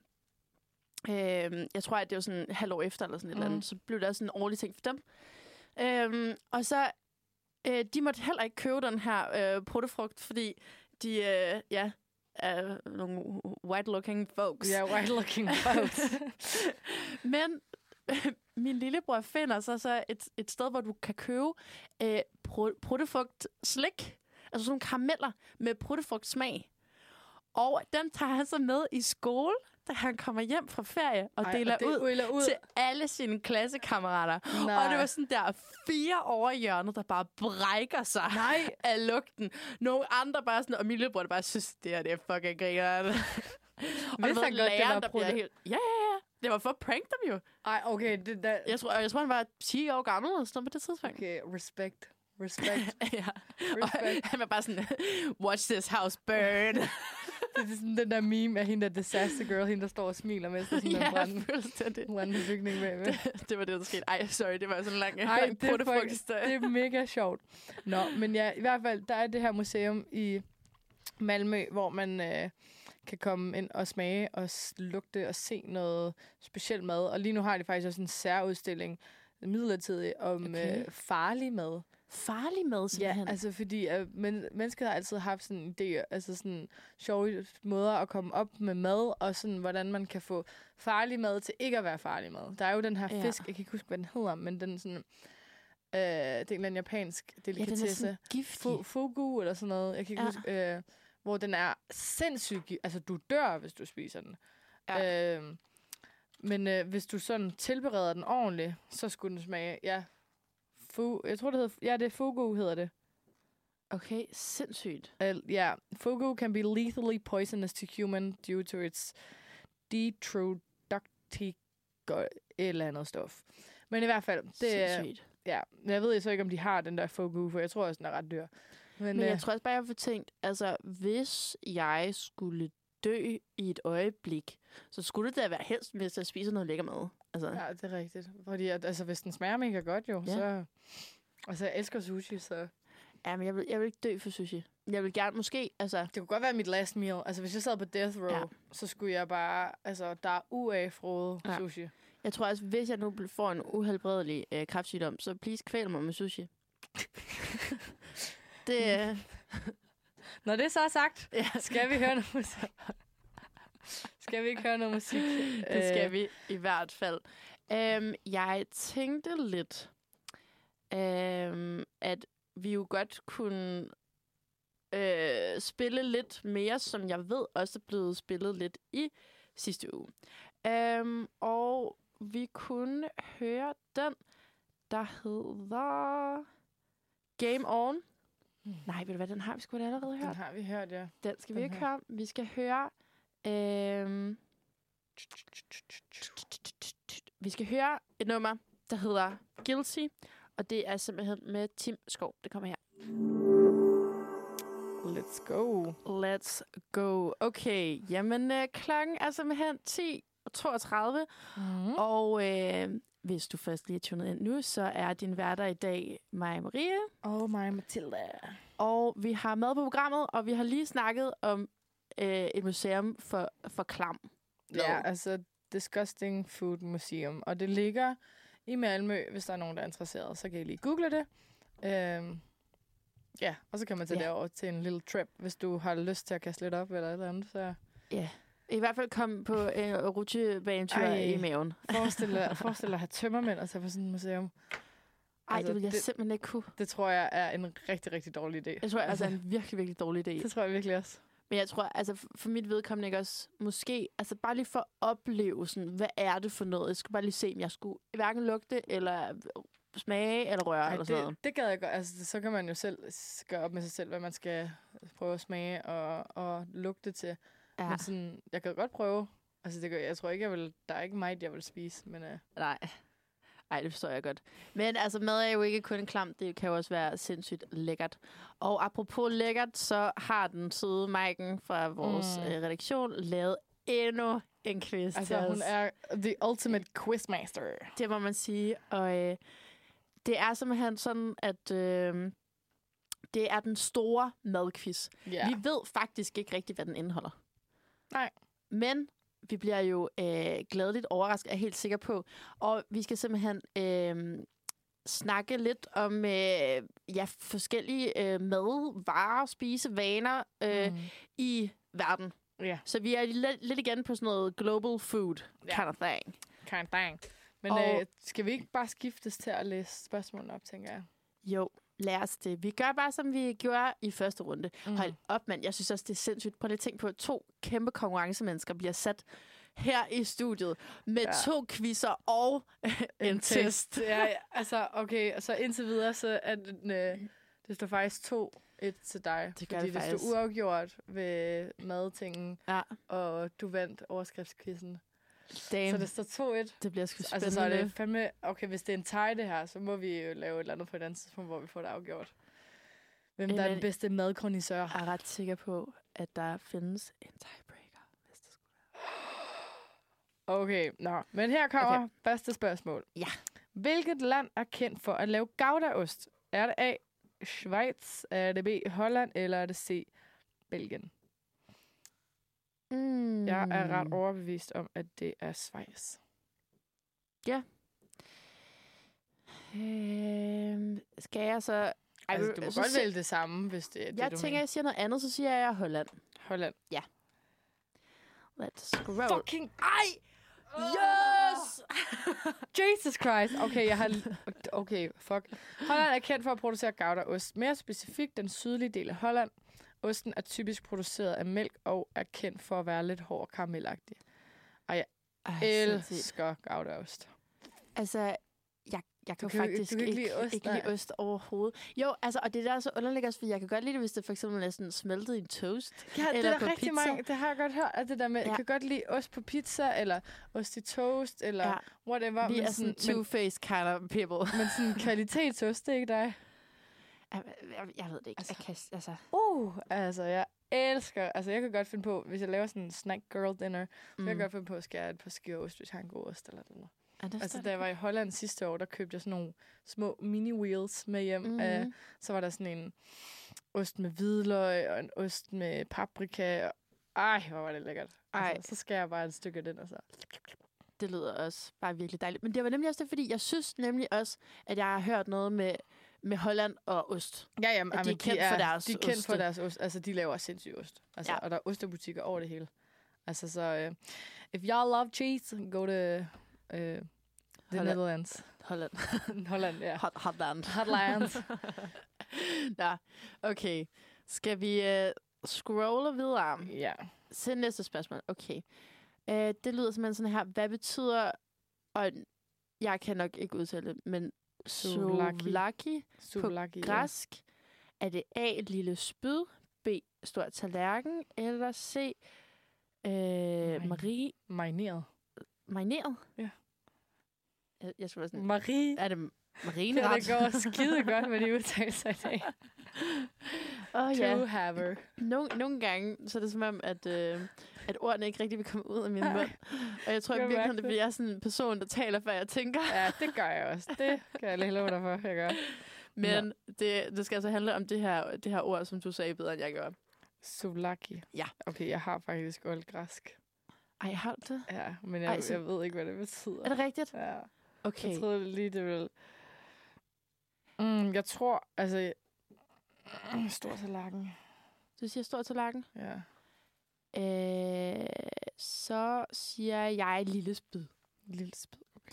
Øh, jeg tror, at det var sådan et halvt år efter, eller sådan et mm. eller andet, så blev det også sådan en årlig ting for dem. Øh, og så, øh, de måtte heller ikke købe den her øh, pruttefrugt, fordi de, øh, ja, er nogle white-looking folks. Ja, yeah, white-looking folks. Men øh, min lillebror finder så, så et, et sted, hvor du kan købe øh, pruttefrugt slik. Altså sådan nogle karameller med pruttefrugtsmag. Og den tager han så med i skole, da han kommer hjem fra ferie og Ej, deler og ud, ud til alle sine klassekammerater. Nej. Og det var sådan der fire over hjørnet, der bare brækker sig Nej. af lugten. Nogle andre bare sådan, og min lillebror bare synes, det her det er fucking griner. Og det var læreren, der bliver helt... Ja, ja, ja. Det var for at prank dem jo. Ej, okay. Det, der... jeg, tror, jeg tror, han var ti år gammel eller sådan på det tidspunkt. Okay, respect. Respect. ja. Respect. Han var bare sådan, watch this house burn. Det er sådan den der meme af hende der disaster girl, hende der står og smiler med sig sådan ja, en brand, fuldstændig. brændende bygning bagved. Det, det var det, der skete. Ej, sorry, det var sådan en lang, Ej, lang det, er det er mega sjovt. Nå, men ja, i hvert fald, der er det her museum i Malmø, hvor man øh, kan komme ind og smage og lugte og se noget specielt mad. Og lige nu har de faktisk også en særudstilling midlertidigt om okay. øh, farlig mad. Farlig mad, simpelthen? Ja, altså fordi øh, men, mennesket har altid haft sådan en idé, altså sådan sjove måder at komme op med mad, og sådan, hvordan man kan få farlig mad til ikke at være farlig mad. Der er jo den her ja. fisk, jeg kan ikke huske, hvad den hedder, men den sådan, øh, det er en eller anden japansk delikatesse. Ja, den er sådan giftig. Fu- fugu eller sådan noget, jeg kan ikke ja. huske, øh, hvor den er sindssygt, altså du dør, hvis du spiser den. Ja. Øh, men øh, hvis du sådan tilbereder den ordentligt, så skulle den smage, ja, Fu, jeg tror, det hedder... Ja, det er fugu, hedder det. Okay, sindssygt. Ja, uh, yeah. Fugu can be lethally poisonous to human due to its detrodoxicosis. godt et eller andet stof. Men i hvert fald, det er... Sindssygt. Ja, jeg ved så ikke, om de har den der fogu, for jeg tror også, den er ret dyr. Men, Men jeg øh, tror også bare, jeg har tænkt, altså, hvis jeg skulle dø i et øjeblik, så skulle det da være helst, hvis jeg spiser noget lækker mad. Altså. ja, det er rigtigt. Fordi at, altså, hvis den smager mega godt jo, Ja. så... Altså, jeg elsker sushi, så... Ja, men jeg vil, jeg vil ikke dø for sushi. Jeg vil gerne, måske, altså... Det kunne godt være mit last meal. Altså, hvis jeg sad på death row, Ja. så skulle jeg bare... Altså, der er uafroet Ja. sushi. Jeg tror også, hvis jeg nu får en uhelbredelig øh, kræftsygdom, så please kvæl mig med sushi. det øh, Når det så er sagt, ja, skal vi høre noget musik. Skal vi ikke høre noget musik? det skal vi i hvert fald. Øhm, jeg tænkte lidt, øhm, at vi jo godt kunne øh, spille lidt mere, som jeg ved også er blevet spillet lidt i sidste uge. Øhm, og vi kunne høre den, der hedder Game On. Hmm. Nej, ved du hvad, den har vi sgu da allerede hørt. Den har vi hørt, ja. Den skal vi Den ikke her. høre. Vi skal høre... Øhm, vi skal høre et nummer, der hedder Guilty, og det er simpelthen med Tim Skov. Det kommer her. Let's go. Let's go. Okay, jamen øh, klokken er simpelthen ti toogtredive, Mm. og øh, hvis du først lige er tunet ind nu, så er din værter i dag mig, Marie, Oh my Matilda. og vi har mad på programmet, og vi har lige snakket om øh, et museum for, for klam. Ja, altså Disgusting Food Museum. Og det ligger i Malmø, hvis der er nogen, der er interesseret. Så kan I lige google det. Øhm, ja, og så kan man tage Ja. yeah. derover til en lille trip, hvis du har lyst til at kaste lidt op eller et eller andet. Så Ja. I hvert fald kom på en uh, rutsjebanetur Ej. i maven. forestil dig, forestil dig at have tømmermænd og tage på sådan et museum. Ej, Altså, det vil jeg det- simpelthen ikke kunne. Det tror jeg er en rigtig, rigtig dårlig idé. Jeg tror, altså, det er en virkelig, virkelig dårlig idé. Det tror jeg virkelig også. Men jeg tror, altså for- for mit vedkommende ikke også, måske, altså bare lige for at opleve sådan, hvad er det for noget? Jeg skulle bare lige se, om jeg skulle hverken lugte, eller smage, eller røre, Ej, eller sådan det, noget. det gad jeg godt. Altså, så kan man jo selv s- gøre op med sig selv, hvad man skal prøve at smage og, og lugte til. Ja, Men sådan, jeg kan godt prøve. Altså, det gør, jeg tror ikke, jeg vil... Der er ikke meget, jeg vil spise, men... Uh, nej. Ej, det forstår jeg godt. Men altså, mad er jo ikke kun klamt, det kan jo også være sindssygt lækkert. Og apropos lækkert, så har den søde Maiken fra vores Mm. mm. øh, redaktion lavet endnu en quiz til altså, os. hun er the ultimate quizmaster. Det må man sige. Og øh, det er simpelthen sådan, at øh, det er den store madquiz. Ja. Yeah. Vi ved faktisk ikke rigtigt, hvad den indeholder. Nej. Men vi bliver jo øh, gladeligt overrasket, er jeg helt sikker på. Og vi skal simpelthen øh, snakke lidt om øh, ja, forskellige øh, madvarer, spisevaner øh, Mm. i verden. Ja, Så vi er lidt, lidt igen på sådan noget global food Ja. kind of thing. kind thing. Men Og- øh, skal vi ikke bare skiftes til at læse spørgsmålene op, tænker jeg? Jo, lad os det. Vi gør bare, som vi gjorde i første runde. Mm. Mm. Hold op, mand. Jeg synes også, det er sindssygt. Prøv lige at tænke på, at to kæmpe konkurrencemennesker bliver sat her i studiet med Ja. ja. to quizzer og en test. Ja, ja, altså, okay. Så indtil videre, så er den, øh, det står faktisk to et til dig. Det gør fordi det det faktisk. stod uafgjort ved madtingen, Ja, og du vandt overskriftskvisten. damn. Så det står to et. Det bliver sgu spændende. Altså, så er det fandme... Okay, hvis det er en tie, det her, så må vi jo lave et eller andet på et andet tidspunkt, hvor vi får det afgjort. Hvem der er Jamen- den bedste madkronisør? Jeg er ret sikker på, at der findes en tiebreaker. Hvis det skulle være. Okay, nå. Men her kommer okay. Okay. første spørgsmål. Ja. Hvilket land er kendt for at lave goudaost? Er det A. Schweiz, er det B. Holland, eller er det C. Belgien? Mm. Jeg er ret overbevist om, at det er Schweiz. Øhm, skal jeg så... Ej, Altså, du må så godt se- vælge det samme, hvis det er det, Jeg du tænker, mener. jeg siger noget andet, så siger jeg Holland. Holland. Let's scroll. Fucking... Ej! Yes! Jesus Christ. Okay, jeg har... Okay, fuck. Holland er kendt for at producere goudaost. Mere specifikt den sydlige del af Holland. Osten er typisk produceret af mælk og er kendt for at være lidt hård og karamelagtig. Ej, sindssygt. Elsker goudaost. Altså, jeg Jeg kan Du jo kan- faktisk du kan ikke ikke, lide ost, ikke lide nej. ost overhovedet. Jo, altså, og det der er så underligt også, fordi jeg kan godt lide det, hvis det for eksempel er sådan smeltet i en toast. Ja, det Eller er på der rigtig pizza. mange. Det har jeg godt hørt, at det der med, ja. Ja. jeg kan godt lide ost på pizza, eller ost i toast, eller Ja. whatever. Vi men er sådan men, two-faced kind of people. men sådan kvalitetsost, det er ikke dig. Jeg, jeg, jeg ved det ikke. Altså- Jeg kan, altså, Uh, altså, jeg elsker... Altså, jeg kan godt finde på, hvis jeg laver sådan en snack girl dinner, mm. så kan jeg godt finde på at skære et par skiver ost, hvis jeg har en god ost eller noget. er det Altså, stadig- da jeg var i Holland sidste år, der købte jeg sådan nogle små mini-wheels med hjem. Mhm. Mm. Uh, så var der sådan en ost med hvidløg, og en ost med paprika. Og, ej, hvor var det lækkert. Ej. Altså, så skærer jeg bare et stykke af den, og så... Det lyder også bare virkelig dejligt. Men det var nemlig også det, fordi jeg synes nemlig også, at jeg har hørt noget med, med Holland og ost. Ja, jamen, At de er kendt for deres De er kendt for oste. deres ost. Altså, de laver sindssygt ost. Altså, Ja. og der er ostebutikker over det hele. Altså, så... Uh, if y'all love cheese, go to uh, the Holland. Netherlands. Holland. Holland, ja. Hot, Hotland. Hotlands. Nå, okay. Skal vi uh, scrolle videre? Ja. Til næste spørgsmål. Okay. Uh, det lyder simpelthen sådan her. Hvad betyder... Og jeg kan nok ikke udtale det, men... Souvlaki. Souvlaki Souvlaki, på græsk. Er det A, lille spyd, B, stor tallerken, eller C, øh, Marie, Marineret. marineret? Ja. Jeg, jeg tror sådan, Marie. er det Ja, marineret? det går skide godt med de udtalelser i dag. Åh oh, To ja. haver. Nogle, nogle gange, så er det som om, at, øh, at ordene ikke rigtig vil komme ud af min mund. Og jeg tror Kan i du virkeligheden, mærke det er, fordi jeg er sådan en person, der taler, før jeg tænker. Ja, det gør jeg også. Det kan jeg lige love dig for, jeg gør. Men det, det skal altså handle om det her, det her ord, som du sagde bedre, end jeg gør. Souvlaki. Ja. Okay, jeg har faktisk oldgræsk. Ej, har du det? Ja, men jeg, Ej, så- jeg ved ikke, hvad det betyder. Er det rigtigt? Ja. Okay. Jeg troede lige, det ville... Mm, jeg tror, altså... Mm, stor tallerken. Du siger stor tallerken? Ja. Øh, så siger jeg lille spyd. Lille spyd. Okay. Ja.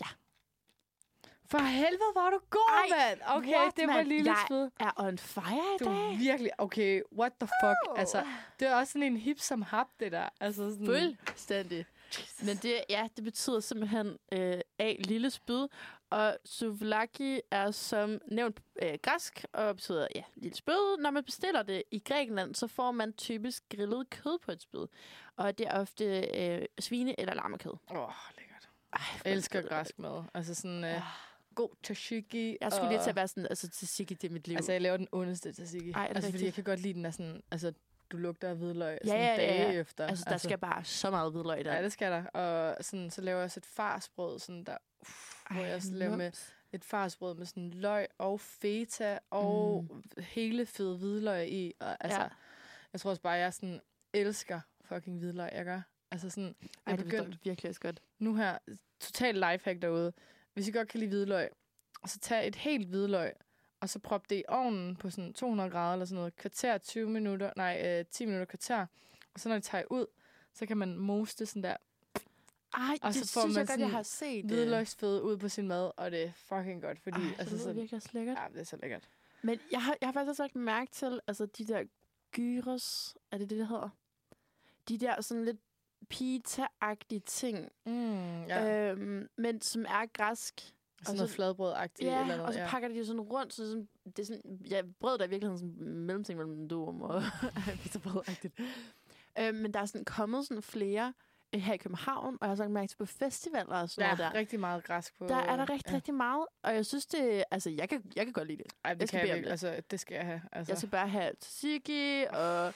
For helvede, hvor er du god, Ej, mand! Okay, what, det var mand? lille Jeg spyd. Er on fire i Du dag? er virkelig... Okay, what the fuck? Uh. Altså, det er også sådan en hip som hap, det der. Altså sådan... Fuldstændig. Jesus. Men det, ja, det betyder simpelthen øh, A, lille spyd. Og souvlaki er som nævnt øh, græsk, og betyder ja, lille spyd. Når man bestiller det i Grækenland, så får man typisk grillet kød på et spyd. Og det er ofte øh, svine- eller lammekød. Åh, oh, lækkert. Ej, Jeg elsker græsk mad. Altså sådan øh, god tzatziki. Jeg skulle og... lige til at være sådan, altså tzatziki, det er mit liv. Altså, jeg laver den ondeste tzatziki. Ej, er det altså, fordi rigtigt? jeg kan godt lide, den er sådan... Altså, du lugter af hvidløg Ja, sådan ja, ja, dage ja. efter. altså, der altså, skal bare så meget hvidløg i den. Ja, det skal der. Og sådan, så laver jeg også et farsbrød, sådan der... Uff, hvor jeg også laver med et farsbrød med sådan løg og feta og mm. hele fede hvidløg i. Og, altså, Ja. jeg tror også bare, jeg sådan elsker fucking hvidløg, jeg gør. Altså sådan, Ej, jeg er det forstår begyndt jeg virkelig også godt. nu her, total lifehack derude. Hvis I godt kan lide hvidløg, så tag et helt hvidløg, og så prop det i ovnen på sådan to hundrede grader eller sådan noget. Kvarter, tyve minutter, nej, øh, ti minutter, kvarter. Og så når det tager ud, så kan man moste sådan der Ej, Og det så får synes man jeg godt, sådan jeg har set. det. hvidløgsfede ud på sin mad, og det er fucking godt, fordi... Ej, altså, det lyder sådan, virkelig også lækkert. ja, det er så lækkert. Men jeg har, jeg har faktisk også lagt mærke til, altså de der gyros, er det det, det hedder? De der sådan lidt pita-agtige ting, Mm, ja. Øh, øhm, men som er græsk. sådan og noget så- fladbrød-agtigt Ja, eller noget. og så ja. pakker de det sådan rundt, så det er sådan, det er sådan ja, brød, der er i virkeligheden sådan en mellemting mellem durum og pizzabrød-agtigt. øhm, men der er sådan kommet sådan flere øh, her i København, og jeg har så lagt mærke til på festivaler og sådan Ja, noget der. rigtig meget græsk på. Der er der rigtig, ja. rigtig meget, og jeg synes det, altså jeg kan, jeg kan godt lide det. Ej, det jeg skal kan bede jeg om virkelig. det. Altså, det skal jeg have. Altså. Jeg skal bare have tzatziki og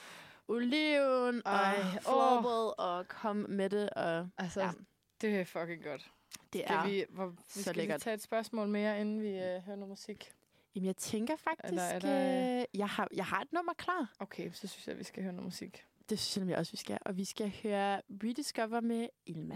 oliven og Ej, florbrød og komme med det, og altså, ja, det er fucking godt. det Skal er... vi, hvor, vi så skal lige lækkert. tage et spørgsmål mere, inden vi øh, hører noget musik. Jamen jeg tænker faktisk, Er der- er der- øh, jeg, har, jeg har et nummer klar. Okay, så synes jeg, vi skal høre noget musik. Det synes jeg nemlig også, vi skal. Og vi skal høre Rediscover med Ilma.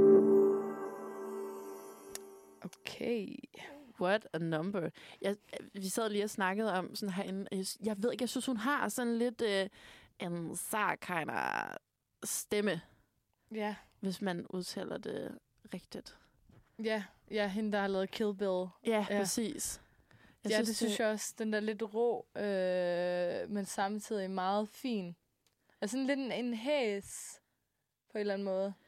Okay. What a number. Jeg, vi sad lige og snakkede om sådan herinde. Jeg, jeg ved ikke, jeg synes, hun har sådan lidt øh, en sar kind of stemme, Ja, hvis man udtaler det rigtigt. ja, ja, hende, der har lavet Kill Bill. Ja, Ja. ja. præcis. Jeg ja, synes, det synes jeg også. Den der lidt rå, øh, men samtidig meget fin. Altså sådan lidt en, en hæs, på en eller anden måde.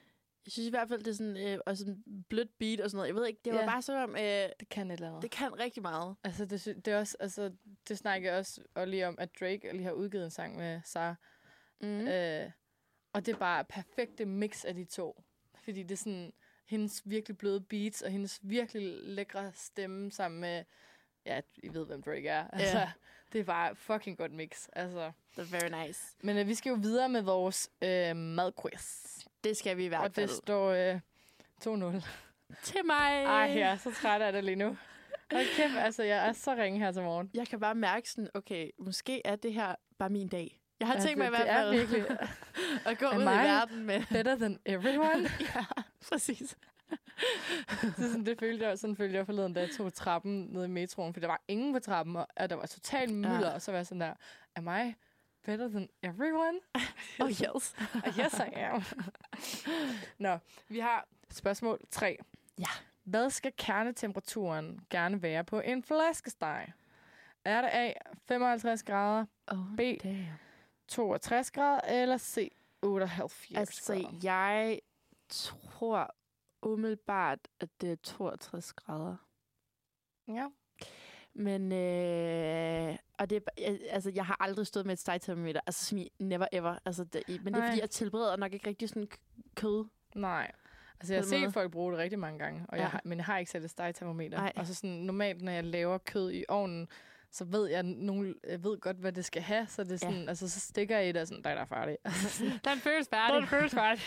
Jeg synes i hvert fald, det er sådan, øh, og sådan blødt beat og sådan noget. Jeg ved ikke, det var Ja. bare som om, øh, Det kan et eller andet. det kan rigtig meget. Altså, det, sy- det er også, altså, det snakker jeg også og lige om, at Drake lige har udgivet en sang med Sarah. Mm. Øh, og det er bare perfekte mix af de to. Fordi det er sådan, hendes virkelig bløde beats, og hendes virkelig lækre stemme sammen med, ja, I ved, hvem Drake er. Altså, Ja. det er bare fucking godt mix. Altså. Det er very nice. Men øh, vi skal jo videre med vores øh, madquiz. Det skal vi i hvert Og fald. det står øh, to nul. Til mig. Ej, jeg er så træt af det lige nu. Hold kæft, altså, jeg er så ringe her til morgen. Jeg kan bare mærke sådan, okay, måske er det her bare min dag. Jeg har Ja, tænkt mig i det- hvert det er fald virkelig- at gå Am ud i I verden med... Better than everyone. Ja, præcis. Så sådan, det følte jeg, sådan følte jeg forleden, da jeg tog trappen ned i metroen, for der var ingen på trappen, og og der var total mylder, Ja. og så var jeg sådan der, am I better than everyone? Oh yes. Og yes, I am. Nå, vi har spørgsmål tre. Ja. Hvad skal kernetemperaturen gerne være på en flæskesteg? Er det A, femoghalvtreds grader, Oh, B, damn. toogtres grader, eller C, otteoghalvfjerds Altså, grader? jeg tror umiddelbart, at det er toogtres grader. Ja. Men, øh, og det er, ba- jeg- altså, jeg har aldrig stået med et stegtermometer. Altså, som i never ever. Altså, det, men det er, Nej. fordi jeg tilbereder nok ikke rigtig sådan k- kød. Nej. Altså, jeg har På den måde. set folk bruge det rigtig mange gange, og Ja. jeg har, men jeg har ikke sat et stegtermometer. Nej. Og så sådan, normalt, når jeg laver kød i ovnen, så ved jeg, nogle, jeg ved godt, hvad det skal have, så det er sådan, Ja. altså, så stikker jeg i det, og sådan, der er der færdig. Den føles Den er føles færdig.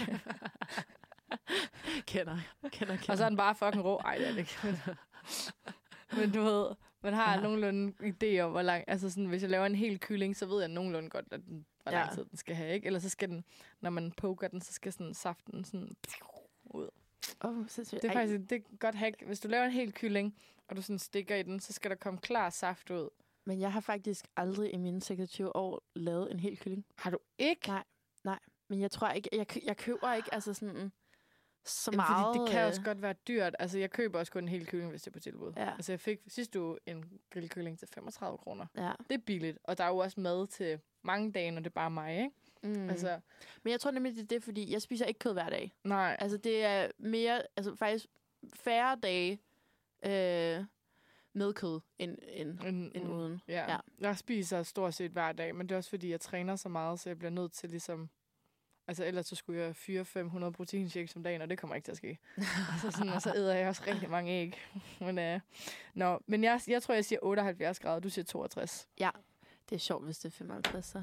kender, kender, kender. Og så er den bare fucking rå. Ej, det er det ikke. Men, men du ved, man har Ja. ja. nogenlunde idé om, hvor lang... Altså sådan, hvis jeg laver en hel kylling, så ved jeg nogenlunde godt, at den, hvor lang Ja. tid den skal have, ikke? Eller så skal den, når man poker den, så skal sådan saften sådan ud. Oh, sindssygt. Det er Ej, faktisk det er et godt hack. Hvis du laver en hel kylling, og du sådan stikker i den, så skal der komme klar saft ud. Men jeg har faktisk aldrig i mine seksogtyve år lavet en hel kylling. Har du ikke? Nej. Men jeg tror ikke, jeg, kø- jeg køber ikke altså sådan så Jamen, meget. fordi det kan øh, også godt være dyrt. Altså, jeg køber også kun en hel kylling, hvis det er på tilbud. Ja. Altså, jeg fik sidste uge en grillkylling til femogtredive kroner. Ja. Det er billigt, og der er jo også mad til mange dage, når det er bare mig, ikke? Mm. Mm. Altså, Men jeg tror nemlig, det er det, fordi jeg spiser ikke kød hver dag. nej. Altså, det er mere, altså faktisk færre dage øh, med kød end, end, En, end uden. Ja. Ja. ja. Jeg spiser stort set hver dag, men det er også fordi, jeg træner så meget, så jeg bliver nødt til ligesom... Altså, ellers så skulle jeg fyre fem hundrede proteinshakes om dagen, og det kommer ikke til at ske. altså, sådan, og så æder jeg også rigtig mange æg. men, øh, nå, men jeg, jeg tror, jeg siger otteoghalvfjerds grader, du siger toogtres. Det er sjovt, hvis det er femoghalvtreds. Så.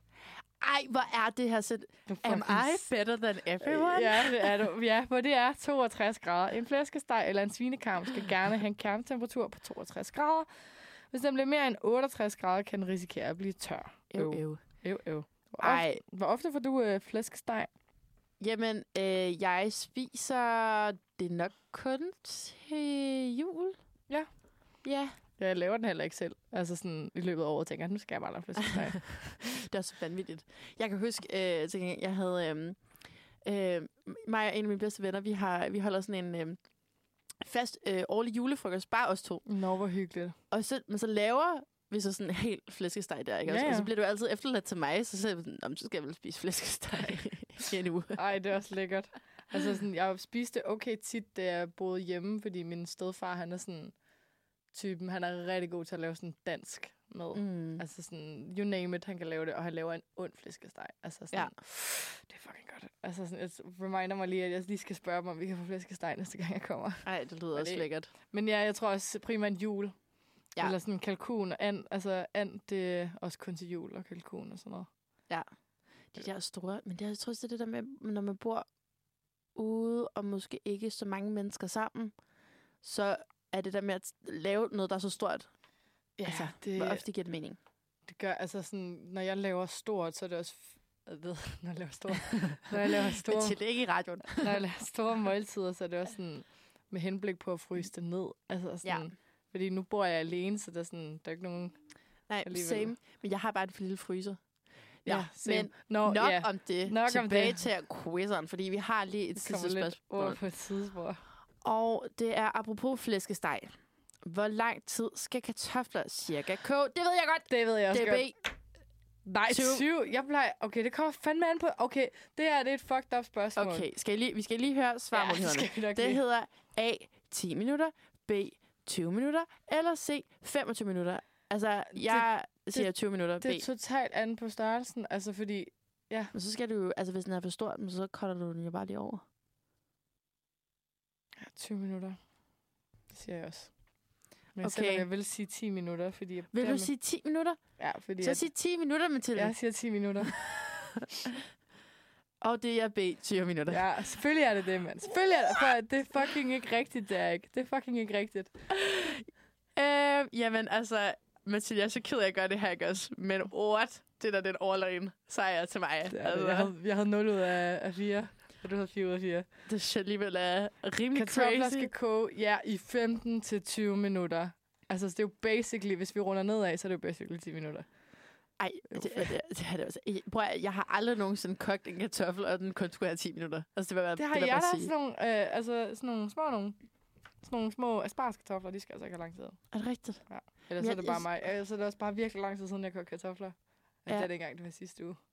Ej, hvor er det her sæt. Du Am I better than everyone? Ja, det er du. Ja, for det er toogtres grader. En flæskesteg eller en svinekarm skal gerne have en kernetemperatur på toogtres grader. Hvis den bliver mere end otteogtres grader, kan den risikere at blive tør. Øv, øv. Øv, øv. Hvor, Ej. ofte, hvor ofte får du øh, flæskesteg? Jamen, øh, jeg spiser det nok kun til jul. Ja. Ja, Jeg laver den heller ikke selv. Altså sådan i løbet af året tænker jeg, nu skal jeg bare lave flæskesteg. det er så vanvittigt. Jeg kan huske, øh, til gengæld, jeg havde... Øh, øh, mig og en af mine bedste venner, vi, har, vi holder sådan en øh, fast øh, årlig julefrokost, bare os to. Nå, hvor hyggeligt. Og så, men så laver vi så sådan en helt flæskesteg der, ikke? Ja, Ja, ja. Og så ja. bliver det jo altid efterladt til mig, så, så, er jeg sådan, "Nå, men så skal jeg vel spise flæskesteg i en uge. Ej, det er også lækkert. Altså sådan, jeg spiste okay tit, da jeg boede hjemme, fordi min stedfar, han er sådan typen, han er rigtig god til at lave sådan dansk mad. Mm. Altså sådan, you name it, han kan lave det, og han laver en ond flæskesteg. Altså sådan, Ja. det er fucking godt. Altså sådan, det reminder mig lige, at jeg lige skal spørge dem, om vi kan få flæskesteg næste gang, jeg kommer. Ej, det lyder Og også det- lækkert. Men ja, jeg tror også primært jul. Ja. Ja. Eller sådan kalkun og and. Altså and, det er også kun til jul og kalkun og sådan noget. De der store... Men det, jeg tror også, det er det der med, når man bor ude, og måske ikke så mange mennesker sammen, så er det der med at lave noget, der er så stort. Ja, altså, det, Hvor ofte giver det mening? det gør, altså sådan, når jeg laver stort, så er det også... f- Jeg ved, når jeg laver stort. når jeg laver store, Til det ikke i radioen. når jeg laver store måltider, så er det også sådan med henblik på at fryse det ned. Altså sådan, Ja. Fordi nu bor jeg alene, så der er, sådan, der er ikke nogen... Nej, Alligevel. same. Men jeg har bare en for lille fryser. Ja, same. men Nå, nok ja. om det. Nok om Tilbage det. til quizzeren, fordi vi har lige et Det kommer sidste lidt spørgsmål. over på et tidsspor. Og det er apropos flæskesteg. Hvor lang tid skal kartofler cirka koge? Det ved jeg godt. Det ved jeg også Det er godt. Nej, syv. Jeg plejer... Okay, det kommer fandme an på... Okay, det her det er et fucked up spørgsmål. Okay, skal I lige, vi skal lige høre svarmulighederne. Ja, det hedder A, ti minutter, B, tyve minutter, eller C, femogtyve minutter. Altså, jeg det, siger tyve minutter, B. Det er totalt an på størrelsen, altså fordi... Ja. Men så skal du jo... Altså, hvis den er for stor, så kolder du den jo bare lige over. Ja, tyve minutter. Det siger jeg også. Men okay. selvom jeg vil sige ti minutter, fordi... Jeg vil dermed... du sige ti minutter? Ja, fordi... Så at... sig ti minutter, Mathilde. Jeg siger ti minutter. Og det er B, tyve minutter. Ja, selvfølgelig er det det, mand. Selvfølgelig er det, for det er fucking ikke rigtigt, det er ikke. Det er fucking ikke rigtigt. Øh, jamen, altså... Mathilde, jeg er så ked af at gøre det her, ikke også? Men what? Det der, den overlegen sejr til mig. Det altså. jeg, havde, jeg havde nul ud af, af fire, og du havde fire ud af fire. Det synes alligevel er rimelig Kartofler crazy. skal koge, ja, i femten til tyve minutter. Altså, det er jo basically, hvis vi runder nedad, så er det jo basically ti minutter. Ej, det, det, det, det er det også. Prøv at, jeg har aldrig nogensinde kogt en kartoffel, og den kun skulle have ti minutter. Altså, det, var, det har det, jeg da sådan nogle, øh, altså, sådan nogle små nogle. Sådan nogle små aspargeskartofler, de skal altså ikke have lang tid. Er det rigtigt? Ja. Ellers ja, er det bare mig. Ellers er det også bare virkelig lang tid siden, jeg kogte kartofler. Ja. Det er det ikke engang, det var sidste uge.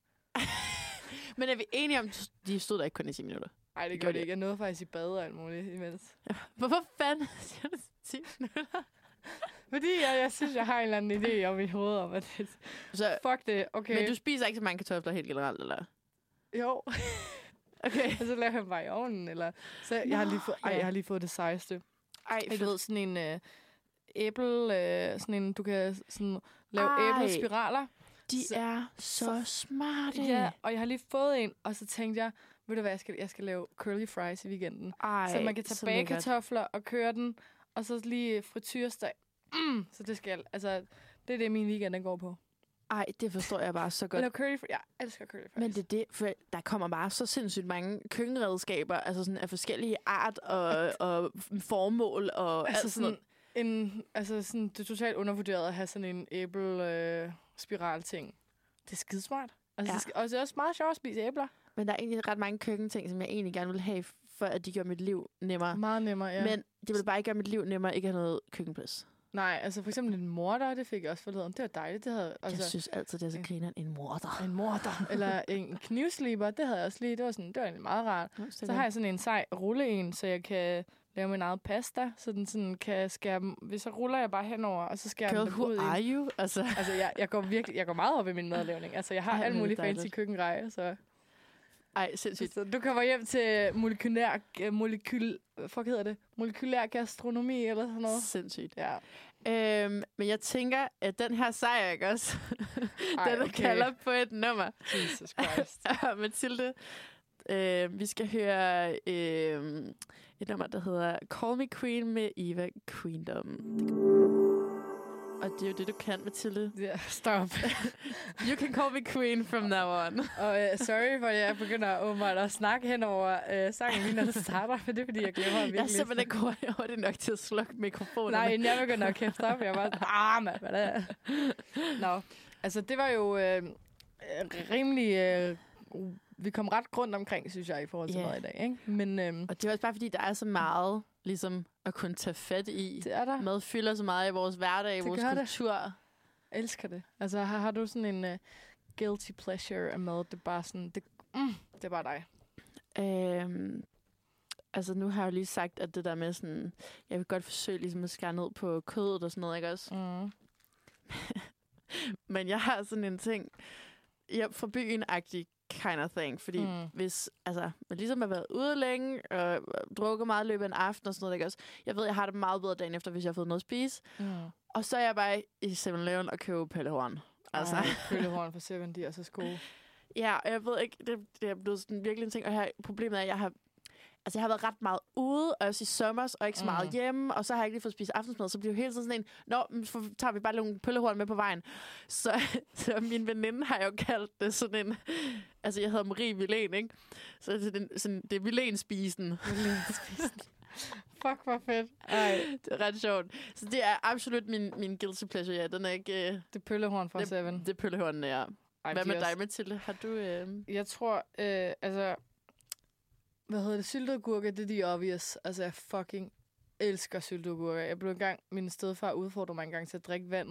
Men er vi enige om, de stod der ikke kun i ti minutter? Nej, det gjorde det ikke. Jeg nåede faktisk i bad og alt muligt imens. Ja. Hvorfor fanden siger du ti minutter? Fordi jeg, jeg synes, jeg har en eller anden idé om i hovedet om, at det... Så, fuck det, okay. Men du spiser ikke så mange kartofler helt generelt, eller? Jo. Okay. Og så laver jeg bare i ovnen, eller... Så jeg, Nå, har lige fået, ej, ja. jeg har lige fået det sejeste. Ej, jeg ved, sådan en øh, æble... Øh, sådan en, du kan sådan lave æblespiraler. De så, er så, så smarte. Ja, og jeg har lige fået en, og så tænkte jeg, ved du hvad, jeg skal, jeg skal lave curly fries i weekenden. Ej, så man kan tage bagekartofler og køre den, og så lige frityresteg. Mm, så det skal altså, det er det, min weekend går på. Ej, det forstår jeg bare så godt. Eller curly fries. Jeg elsker curly fries. Men det er det, for der kommer bare så sindssygt mange køkkenredskaber, altså sådan af forskellige art og, og formål og altså alt sådan noget. En, altså sådan, det er totalt undervurderet at have sådan en æble-spiral-ting. Det er skidesmart. Altså, ja. det skal, og det er også meget sjovt at spise æbler. Men der er egentlig ret mange køkkenting, som jeg egentlig gerne vil have, for at de gør mit liv nemmere. Meget nemmere, ja. Men det vil bare ikke gøre mit liv nemmere, ikke have noget køkkenplads. Nej, altså for eksempel en morter, det fik jeg også forleden. Det var dejligt. Det havde, altså, jeg synes altid, det er så griner en morter. En morter. Eller en knivsliber, det havde jeg også lige. Det var, sådan, det var egentlig meget rart. Ja, så har jeg sådan en sej rulle en, så jeg kan lave min eget pasta, så den sådan kan skære dem. Hvis så ruller jeg bare henover, og så skærer Girl, den dem ud. Who are you? Altså, altså jeg, jeg går virkelig, jeg går meget op i min madlavning. Altså jeg har alt muligt fancy køkkenreje, så... Ej, sindssygt. Så du kommer hjem til molekylær, molekyl, fuck hedder det, molekylær gastronomi eller sådan noget. Sindssygt. Ja. Øhm, men jeg tænker, at den her sejr, ikke også? Ej, den okay. kalder på et nummer. Jesus Christ. Mathilde, øh, vi skal høre øh, et nummer, der hedder Call Me Queen med Eva Queendom. Og det er jo det, du kan, Mathilde. Ja, yeah, stop. You can call me queen from now on. Og uh, sorry, for jeg begynder åbenbart at snakke hen over uh, sangen lige, når det starter, for det er, fordi jeg glemmer virkelig. Jeg er simpelthen ikke hurtigt nok til at slukke mikrofonen. Nej, inden jeg begynder at kæfte op, jeg var bare, ah, mand, hvad er det? Nå, altså det var jo øh, rimelig... Øh, vi kom ret rundt omkring, synes jeg, i forhold til yeah. meget i dag, ikke? Men, øhm, og det er også bare, fordi der er så meget ligesom at kunne tage fat i. Det er der. Mad fylder så meget i vores hverdag, i vores kultur. Det. Jeg elsker det. Altså, har, har du sådan en uh, guilty pleasure af mad? Det er bare sådan, det, mm, det er bare dig. Øhm, altså, nu har jeg jo lige sagt, at det der med sådan, jeg vil godt forsøge ligesom at skære ned på kødet og sådan noget, ikke også? Mm. Men jeg har sådan en ting, jeg fra byen-agtig kind of thing, fordi mm. hvis, altså, man ligesom har været ude længe, og drukket meget i løbet af en aften og sådan noget, ikke også? Jeg ved, jeg har det meget bedre dagen efter, hvis jeg har fået noget at spise. Mm. Og så er jeg bare i seven eleven og køber pillehorn. Altså. Ej, pillehorn for seven, de er så gode. Ja, og jeg ved ikke, det, det er blevet sådan virkelig en ting, og her, problemet er, at jeg har Altså, jeg har været ret meget ude, og også i sommers, og ikke så meget mm. hjemme, og så har jeg ikke lige fået spist aftensmad, så bliver jo hele tiden sådan en, nå, så tager vi bare nogle pillehorn med på vejen. Så, så min veninde har jo kaldt det sådan en, altså jeg hedder Marie Villain, ikke? Så det er, den, sådan, det er Villain-spisen. Villain-spisen. Fuck, hvor fedt. Ej, det er ret sjovt. Så det er absolut min, min guilty pleasure, ja. Den er ikke... Uh, det er pillehorn fra det, Seven. Det er pillehorn, ja. Ej, hvad med også... dig, Mathilde? Har du... Uh... Jeg tror, øh, altså... Hvad hedder det? Sylteagurker, det er de obvious. Altså, jeg fucking elsker sylteagurker. Jeg blev engang... Min stedfar udfordrede mig engang til at drikke vandet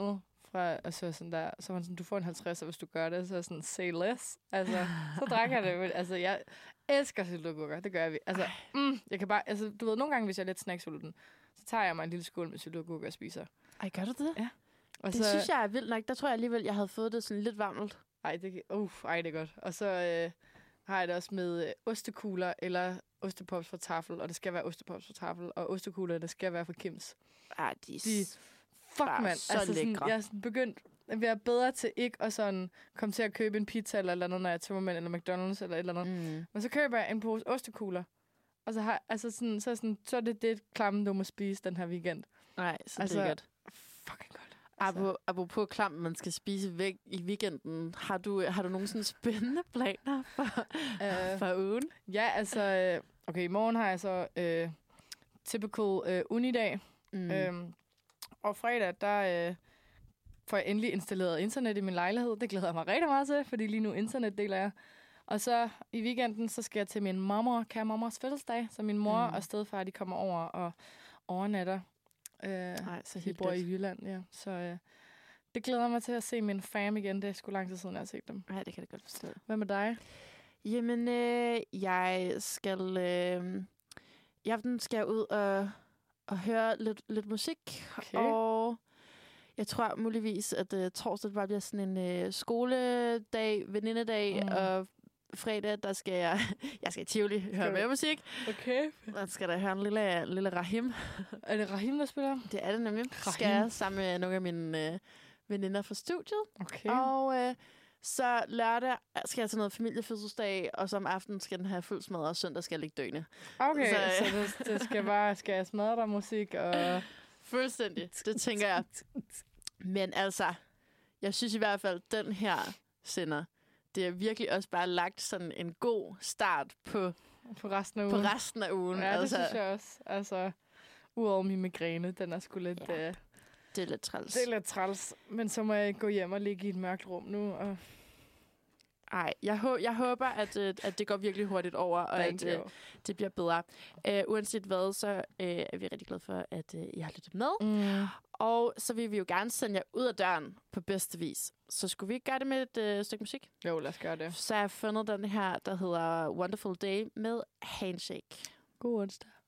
fra, og så sådan der, så var han sådan, du får en halvtredser, hvis du gør det, så er jeg sådan, say less. Altså, så drak jeg det. Altså, jeg elsker syltede det gør jeg. Altså, mm, jeg kan bare, altså, du ved, nogle gange, hvis jeg er lidt snacksulten, så tager jeg mig en lille skål med syltede og spiser. Ej, gør du det? Ja. Og det så, synes jeg er vildt nok. Der tror jeg alligevel, jeg havde fået det sådan lidt varmt. Ej, det, uh, ej, det er godt. Og så øh, har jeg det også med øh, ostekugler eller ostepops fra Tafel, og det skal være ostepops fra Tafel, og ostekugler, det skal være fra Kims. Ej, de, de fuck, mand. Så altså, lækre. Sådan, jeg er sådan begyndt at være bedre til ikke at sådan komme til at købe en pizza eller eller andet, når jeg er tømmermænd eller McDonald's eller et eller andet. Mm. Men så køber jeg en pose ostekugler, og så, har, altså sådan, så, er sådan, så er det det klamme, du må spise den her weekend. Nej, så altså, det er godt. Fucking godt. Altså. Apropos klam, man skal spise væk i weekenden. Har du, har du nogle sådan spændende planer for, uh, for ugen? Ja, altså... Okay, i morgen har jeg så uh, typical uh, unidag. Mm. Øhm, og fredag, der uh, får jeg endelig installeret internet i min lejlighed. Det glæder jeg mig rigtig meget til, fordi lige nu internet deler jeg. Og så i weekenden, så skal jeg til min mamma, kære mammas fødselsdag. Så min mor mm. og stedfar, de kommer over og overnatter. Uh, Ej, så de bor i Jylland, ja. Så uh, det glæder mig til at se min fam igen. Det er sgu lang tid siden, jeg har set dem. Ja, det kan jeg godt forstå. Hvad med dig? Jamen, øh, jeg skal... Øh, I aften skal jeg ud og, og høre lidt, lidt musik. Okay. Og jeg tror muligvis, at øh, torsdag bare bliver sådan en øh, skoledag, venindedag, mm. og fredag, der skal jeg... jeg skal i Tivoli høre mere musik. Okay. Og skal der høre en lille, lille Rahim. Er det Rahim, der spiller? Det er det nemlig. Rahim. Skal jeg sammen med nogle af mine øh, veninder fra studiet. Okay. Og... Øh, Så lørdag skal jeg til noget familiefødselsdag, og så om aftenen skal den have fuld smadret, og søndag skal jeg ligge døgne. Okay, så, så det, det skal bare, skal jeg smadre dig musik? Og... Fuldstændig, det tænker jeg. Men altså, jeg synes i hvert fald, at den her sender, det er virkelig også bare lagt sådan en god start på, på, resten, af ugen. på resten af ugen. Ja, altså, det synes jeg også. Altså, udover min migræne, den er sgu lidt... Ja. Øh... Det er lidt træls. Det er lidt træls, men så må jeg gå hjem og ligge i et mørkt rum nu. Og... Ej, jeg, hå- jeg håber, at, at det går virkelig hurtigt over, og at uh, det bliver bedre. Uh, uanset hvad, så uh, er vi rigtig glade for, at uh, I har lyttet med. Mm. Og så vil vi jo gerne sende jer ud af døren på bedste vis. Så skulle vi ikke gøre det med et uh, stykke musik? Jo, lad os gøre det. Så har jeg fundet den her, der hedder Wonderful Day med Handshake. God onsdag.